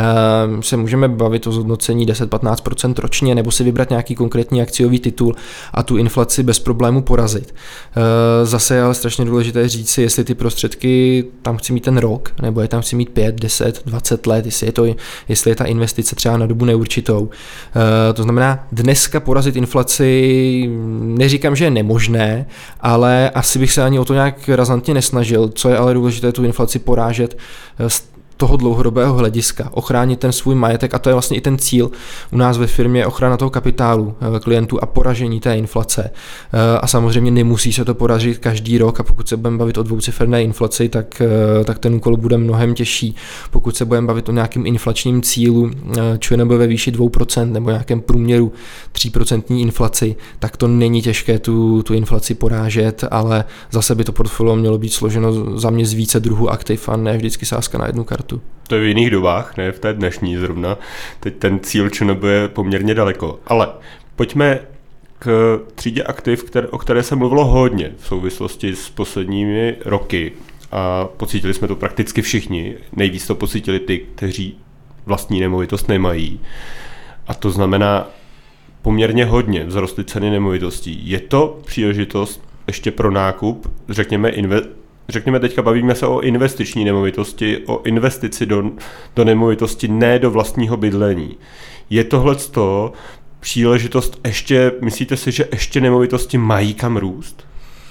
se můžeme bavit o zhodnocení 10-15% ročně, nebo si vybrat nějaký konkrétní akciový titul a tu inflaci bez problému porazit. Zase je ale strašně důležité říct si, jestli ty prostředky tam chci mít ten rok, nebo je tam chci mít 5, 10, 20 let, jestli je ta investice třeba na dobu neurčitou. To znamená, dneska porazit inflaci, neříkám, že je nemožné, ale asi bych se ani o to nějak razantně nesnažil. Co je ale důležité, tu inflaci porážet z toho dlouhodobého hlediska, ochránit ten svůj majetek, a to je vlastně i ten cíl u nás ve firmě, ochrana toho kapitálu klientů a poražení té inflace. A samozřejmě nemusí se to podařit každý rok, a pokud se budeme bavit o dvouciferné inflaci, tak ten úkol bude mnohem těžší. Pokud se budeme bavit o nějakém inflačním cílu, či nebo ve výši 2% nebo nějakém průměru 3% inflaci, tak to není těžké tu inflaci porážet, ale zase by to portfolio mělo být složeno za mě z více druhů aktiv a ne vždycky sázka na jednu kartu. To je v jiných dobách, ne v té dnešní zrovna. Teď ten cíl ČNB je poměrně daleko. Ale pojďme k třídě aktiv, o které se mluvilo hodně v souvislosti s posledními roky. A pocítili jsme to prakticky všichni. Nejvíc to pocítili ty, kteří vlastní nemovitost nemají. A to znamená poměrně hodně vzrostly ceny nemovitostí. Je to příležitost ještě pro nákup, řekněme teďka bavíme se o investiční nemovitosti, o investici do nemovitosti, ne do vlastního bydlení. Je tohleto příležitost myslíte si, že ještě nemovitosti mají kam růst?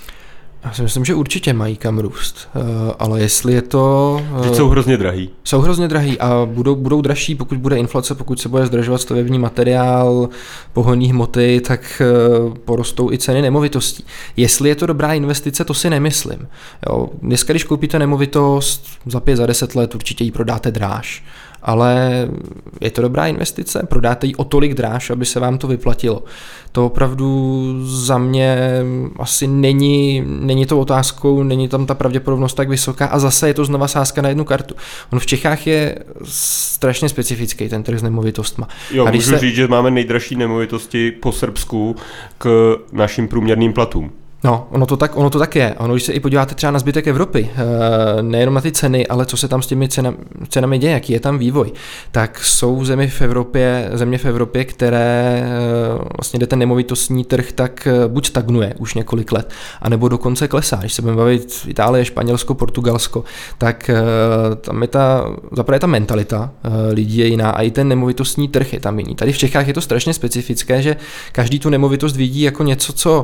Já si myslím, že určitě mají kam růst, ale jestli je to... Vždyť jsou hrozně drahý. Jsou hrozně drahý a budou dražší, pokud bude inflace, pokud se bude zdražovat stavební materiál, pohonné hmoty, tak porostou i ceny nemovitostí. Jestli je to dobrá investice, to si nemyslím. Jo, dneska, když koupíte nemovitost, za 5, za 10 let určitě ji prodáte dráž. Ale je to dobrá investice? Prodáte ji o tolik dráž, aby se vám to vyplatilo. To opravdu za mě asi není to otázkou, není tam ta pravděpodobnost tak vysoká a zase je to znova sázka na jednu kartu. On v Čechách je strašně specifický ten trh s nemovitostma. Jo, můžu říct, že máme nejdražší nemovitosti po Srbsku k našim průměrným platům. No, ono to tak je. Ono, když se i podíváte třeba na zbytek Evropy, nejenom na ty ceny, ale co se tam s těmi cenami děje, jaký je tam vývoj, tak jsou země v Evropě, které vlastně, kde ten nemovitostní trh tak buď stagnuje už několik let, anebo dokonce klesá. Když se budeme bavit Itálie, Španělsko, Portugalsko, tak tam je ta mentalita lidí je jiná a i ten nemovitostní trh je tam jiný. Tady v Čechách je to strašně specifické, že každý tu nemovitost vidí jako něco, co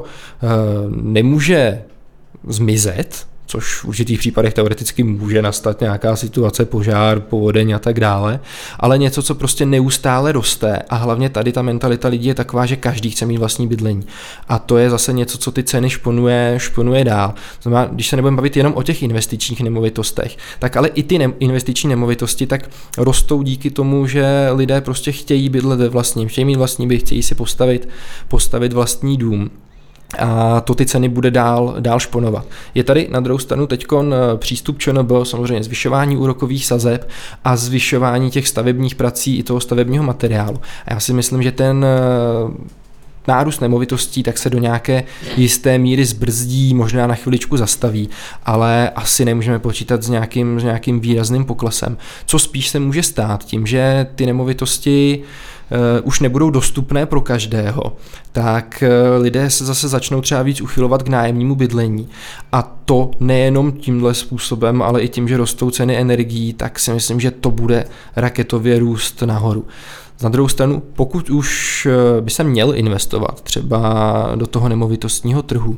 nemůže zmizet, což v určitých případech teoreticky může nastat nějaká situace, požár, povodeň a tak dále, ale něco, co prostě neustále roste a hlavně tady ta mentalita lidí je taková, že každý chce mít vlastní bydlení. A to je zase něco, co ty ceny šponuje dál. Znamená, když se nebudeme bavit jenom o těch investičních nemovitostech, tak ale i ty investiční nemovitosti tak rostou díky tomu, že lidé prostě chtějí bydlet ve vlastním, chtějí mít vlastní byt, chtějí si postavit vlastní dům. A to ty ceny bude dál šponovat. Je tady na druhou stranu teďkon přístup ČNB, samozřejmě zvyšování úrokových sazeb a zvyšování těch stavebních prací i toho stavebního materiálu. A já si myslím, že ten nárůst nemovitostí tak se do nějaké jisté míry zbrzdí, možná na chviličku zastaví, ale asi nemůžeme počítat s nějakým výrazným poklesem. Co spíš se může stát tím, že ty nemovitosti už nebudou dostupné pro každého, tak lidé se zase začnou třeba víc uchylovat k nájemnímu bydlení. A to nejenom tímhle způsobem, ale i tím, že rostou ceny energií, tak si myslím, že to bude raketově růst nahoru. Na druhou stranu, pokud už by se měl investovat třeba do toho nemovitostního trhu,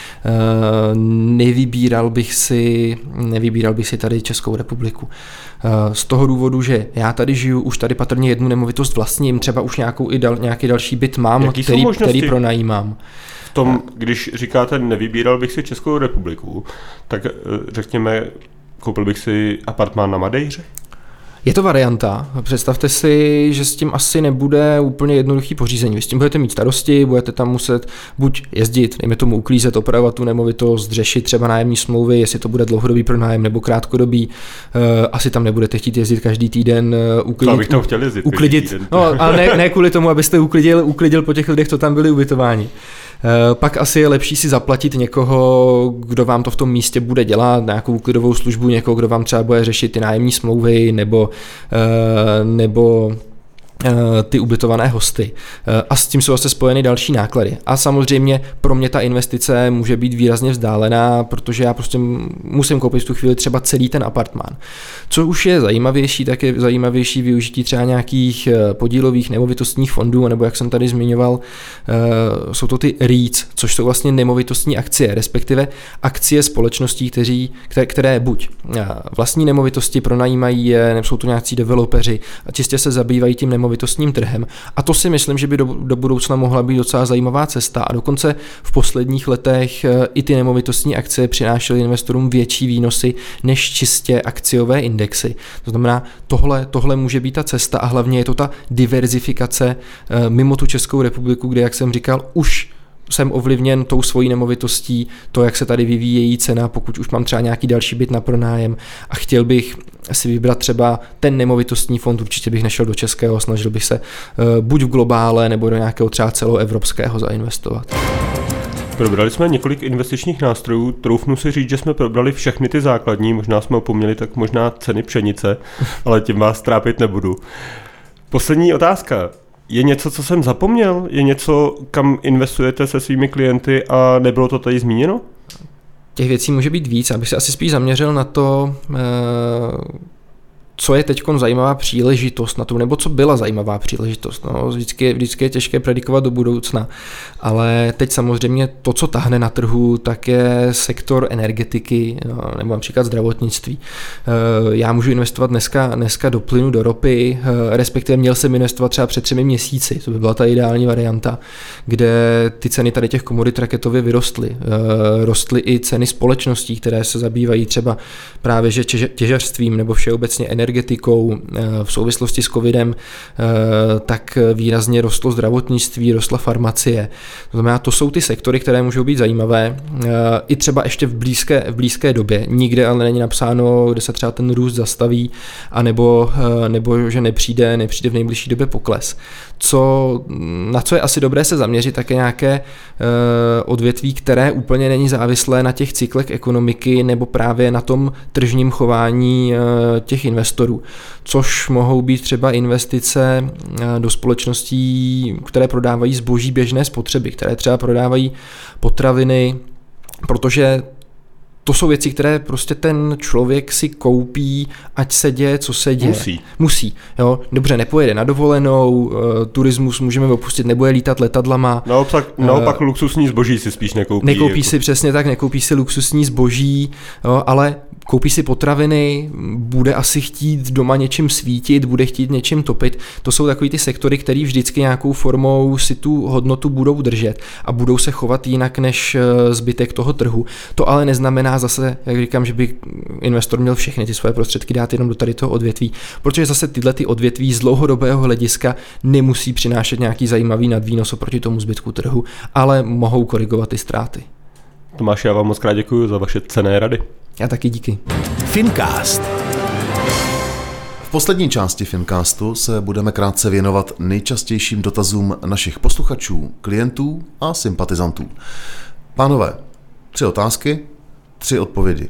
nevybíral bych si tady Českou republiku. Z toho důvodu, že já tady žiju, už tady patrně jednu nemovitost vlastním, třeba už nějaký další byt mám, který pronajímám. V tom, když říkáte nevybíral bych si Českou republiku, tak řekněme, koupil bych si apartmán na Madejře? Je to varianta. Představte si, že s tím asi nebude úplně jednoduchý pořízení. Vy s tím budete mít starosti, budete tam muset buď jezdit, dejme tomu uklízet, opravovat tu nemovitost, řešit třeba nájemní smlouvy, jestli to bude dlouhodobý pronájem nebo krátkodobý. Asi tam nebudete chtít jezdit každý týden uklidit. To bych tam chtěl jezdit uklidit. Týden. No, ale ne kvůli tomu, abyste uklidil po těch lidech, co tam byli ubytováni. Pak asi je lepší si zaplatit někoho, kdo vám to v tom místě bude dělat, nějakou úklidovou službu, někoho, kdo vám třeba bude řešit ty nájemní smlouvy nebo ty ubytované hosty. A s tím jsou zase spojeny další náklady. A samozřejmě pro mě ta investice může být výrazně vzdálená, protože já prostě musím koupit v tu chvíli třeba celý ten apartmán. Co už je zajímavější, tak je zajímavější využití třeba nějakých podílových nemovitostních fondů, nebo jak jsem tady zmiňoval, jsou to ty REITs, což jsou vlastně nemovitostní akcie, respektive akcie společností, které buď vlastní nemovitosti pronajímají, nebo jsou to nějací developeři a čistě se zabývají tím nemovitostním trhem. A to si myslím, že by do budoucna mohla být docela zajímavá cesta a dokonce v posledních letech i ty nemovitostní akcie přinášely investorům větší výnosy než čistě akciové indexy. To znamená, tohle může být ta cesta a hlavně je to ta diverzifikace mimo tu Českou republiku, kde, jak jsem říkal, už jsem ovlivněn tou svojí nemovitostí, to, jak se tady vyvíjí její cena, pokud už mám třeba nějaký další byt na pronájem a chtěl bych si vybrat třeba ten nemovitostní fond, určitě bych nešel do českého, snažil bych se buď v globále nebo do nějakého třeba celoevropského zainvestovat. Probrali jsme několik investičních nástrojů, troufnu si říct, že jsme probrali všechny ty základní, možná jsme opomněli tak možná ceny pšenice, ale tím vás trápit nebudu. Poslední otázka. Je něco, co jsem zapomněl? Je něco, kam investujete se svými klienty a nebylo to tady zmíněno? Těch věcí může být víc, abych se asi spíš zaměřil na to, co je teď zajímavá příležitost na tom, nebo co byla zajímavá příležitost. No, vždycky je těžké predikovat do budoucna, ale teď samozřejmě to, co tahne na trhu, tak je sektor energetiky nebo například zdravotnictví. Já můžu investovat dneska do plynu, do ropy, respektive měl jsem investovat třeba před 3 měsíci, to by byla ta ideální varianta, kde ty ceny tady těch komodit raketově vyrostly. Rostly i ceny společností, které se zabývají třeba právě že těžařstvím nebo všeobecně energií energetikou, v souvislosti s covidem, tak výrazně rostlo zdravotnictví, rostla farmacie. To znamená, to jsou ty sektory, které můžou být zajímavé, i třeba ještě v blízké době. Nikde ale není napsáno, kde se třeba ten růst zastaví, anebo že nepřijde v nejbližší době pokles. Na co je asi dobré se zaměřit, také nějaké odvětví, které úplně není závislé na těch cyklech ekonomiky nebo právě na tom tržním chování těch investorů, což mohou být třeba investice do společností, které prodávají zboží běžné spotřeby, které třeba prodávají potraviny, protože to jsou věci, které prostě ten člověk si koupí, ať se děje, co se děje. Musí. Jo? Dobře, nepojede na dovolenou, turismus můžeme opustit, nebude lítat letadlama. Naopak luxusní zboží si spíš nekoupí. Nekoupí si přesně tak, nekoupí si luxusní zboží, jo, ale koupí si potraviny, bude asi chtít doma něčím svítit, bude chtít něčím topit. To jsou takový ty sektory, které vždycky nějakou formou si tu hodnotu budou držet a budou se chovat jinak než zbytek toho trhu. To ale neznamená zase, jak říkám, že by investor měl všechny ty svoje prostředky dát jenom do tady toho odvětví, protože zase tyhle ty odvětví z dlouhodobého hlediska nemusí přinášet nějaký zajímavý nadvýnos oproti tomu zbytku trhu, ale mohou korigovat ty ztráty. Tomáš, já vám moc krát děkuji za vaše cenné rady. Já taky díky. Fincast. V poslední části Fincastu se budeme krátce věnovat nejčastějším dotazům našich posluchačů, klientů a sympatizantů. Pánové, 3 otázky, 3 odpovědi.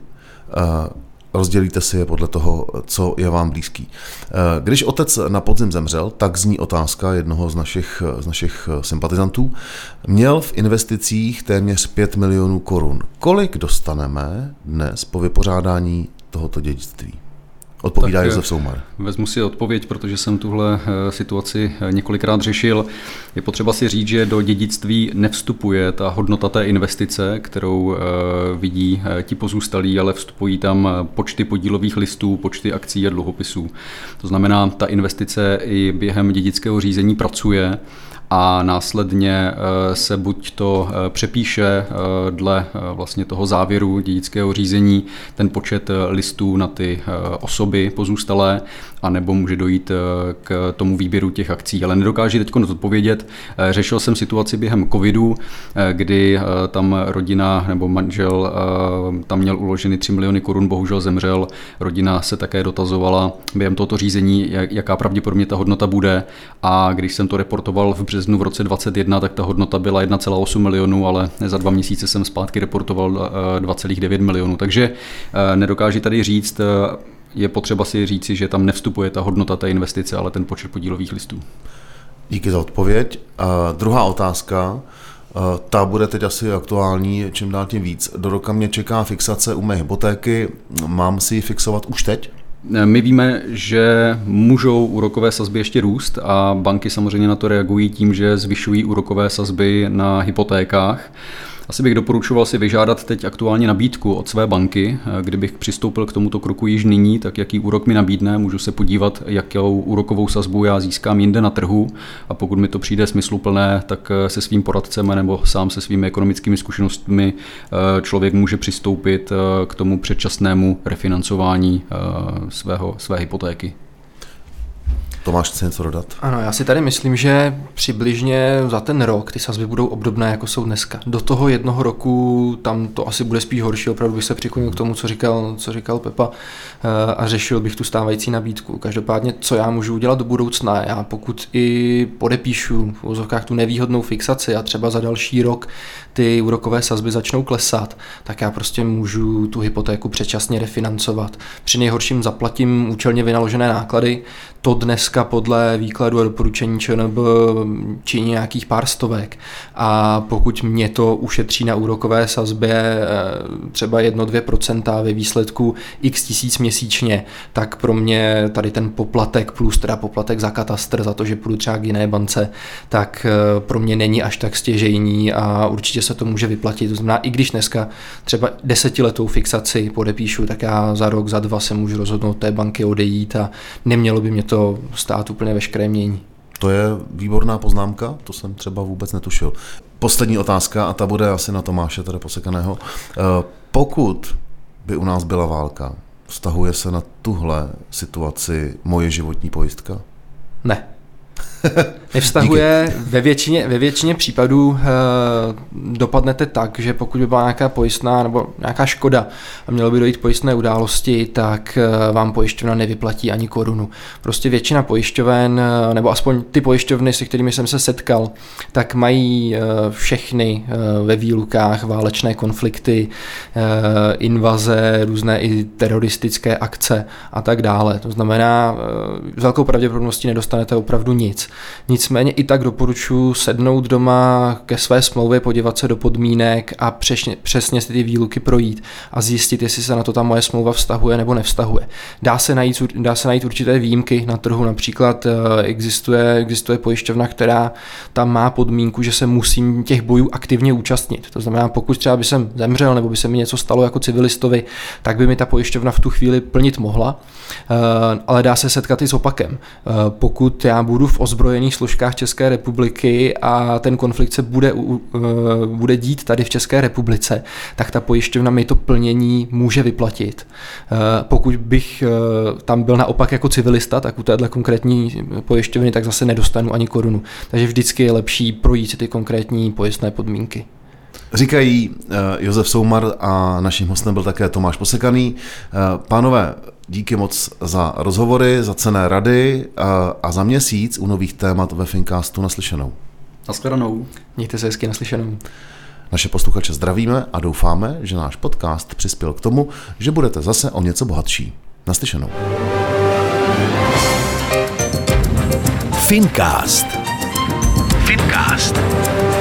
Rozdělíte si je podle toho, co je vám blízký. Když otec na podzim zemřel, tak zní otázka jednoho z našich sympatizantů. Měl v investicích téměř 5 milionů korun. Kolik dostaneme dnes po vypořádání tohoto dědictví? Odpovídá Josef Soumar. Vezmu si odpověď, protože jsem tuhle situaci několikrát řešil. Je potřeba si říct, že do dědictví nevstupuje ta hodnota té investice, kterou vidí ti pozůstalí, ale vstupují tam počty podílových listů, počty akcí a dluhopisů. To znamená, ta investice i během dědického řízení pracuje a následně se buď to přepíše dle vlastně toho závěru dědického řízení ten počet listů na ty osoby pozůstalé, anebo může dojít k tomu výběru těch akcí. Ale nedokážu teď odpovědět. Řešil jsem situaci během covidu, kdy tam rodina nebo manžel tam měl uloženy 3 miliony korun, bohužel zemřel. Rodina se také dotazovala během tohoto řízení, jaká pravděpodobně ta hodnota bude, a když jsem to reportoval v březnu v roce 2021, tak ta hodnota byla 1,8 milionů, ale za 2 měsíce jsem zpátky reportoval 2,9 milionů. Takže nedokážu tady říct, je potřeba si říci, že tam nevstupuje ta hodnota té investice, ale ten počet podílových listů. Díky za odpověď. Druhá otázka, ta bude teď asi aktuální, čím dál tím víc. Do roka mě čeká fixace u mé hypotéky, mám si ji fixovat už teď? My víme, že můžou úrokové sazby ještě růst a banky samozřejmě na to reagují tím, že zvyšují úrokové sazby na hypotékách. Asi bych doporučoval si vyžádat teď aktuálně nabídku od své banky. Kdybych přistoupil k tomuto kroku již nyní, tak jaký úrok mi nabídne, můžu se podívat, jakou úrokovou sazbu já získám jinde na trhu, a pokud mi to přijde smysluplné, tak se svým poradcem nebo sám se svými ekonomickými zkušenostmi člověk může přistoupit k tomu předčasnému refinancování své hypotéky. Tomáš, chce něco dodat? Ano, já si tady myslím, že přibližně za ten rok ty sazby budou obdobné, jako jsou dneska. Do toho 1 roku tam to asi bude spíš horší, opravdu bych se přiklonil k tomu, co říkal Pepa, a řešil bych tu stávající nabídku. Každopádně, co já můžu udělat do budoucna, já pokud i podepíšu v uvozovkách tu nevýhodnou fixaci a třeba za další rok ty úrokové sazby začnou klesat, tak já prostě můžu tu hypotéku předčasně refinancovat. Při nejhorším zaplatím účelně vynaložené náklady, to dneska podle výkladu a doporučení ČNB činí nějakých pár stovek, a pokud mě to ušetří na úrokové sazbě třeba 1-2% ve výsledku x tisíc měsíčně, tak pro mě tady ten poplatek plus teda poplatek za katastr, za to, že půjdu třeba k jiné bance, tak pro mě není až tak stěžejní a určitě se to může vyplatit. To znamená, i když dneska třeba 10letou fixaci podepíšu, tak já za rok, za 2 se můžu rozhodnout té banky odejít a nemělo by mě to stát úplně veškeré mění. To je výborná poznámka, to jsem třeba vůbec netušil. Poslední otázka, a ta bude asi na Tomáše tady posekaného. Pokud by u nás byla válka, Vztahuje se na tuhle situaci moje životní pojistka? Ne. Nevztahuje. Ve většině případů dopadnete tak, že pokud by byla nějaká pojistná nebo nějaká škoda a mělo by dojít k pojistné události, tak vám pojišťovna nevyplatí ani korunu. Prostě většina pojišťoven, nebo aspoň ty pojišťovny, se kterými jsem se setkal, tak mají všechny ve výlukách válečné konflikty, invaze, různé i teroristické akce a tak dále. To znamená, s velkou pravděpodobností nedostanete opravdu nic. Nicméně i tak doporučuji sednout doma ke své smlouvě, podívat se do podmínek a přesně si ty výluky projít a zjistit, jestli se na to ta moje smlouva vztahuje nebo nevztahuje. Dá se najít určité výjimky na trhu, například existuje pojišťovna, která tam má podmínku, že se musím těch bojů aktivně účastnit. To znamená, pokud třeba by jsem zemřel nebo by se mi něco stalo jako civilistovi, tak by mi ta pojišťovna v tu chvíli plnit mohla, ale dá se setkat i s opakem. Pokud já budu v ozbrojených složkách České republiky a ten konflikt se bude dít tady v České republice, tak ta pojišťovna mi to plnění může vyplatit. Pokud bych tam byl naopak jako civilista, tak u téhle konkrétní pojišťovny tak zase nedostanu ani korunu. Takže vždycky je lepší projít si ty konkrétní pojistné podmínky. Říkají Josef Soumar a naším hostem byl také Tomáš Posekaný. Pánové, díky moc za rozhovory, za cenné rady a za měsíc u nových témat ve Fincastu naslyšenou. Nashledanou. Mějte se hezky, naslyšenou. Naše posluchače zdravíme a doufáme, že náš podcast přispěl k tomu, že budete zase o něco bohatší. Naslyšenou. Fincast.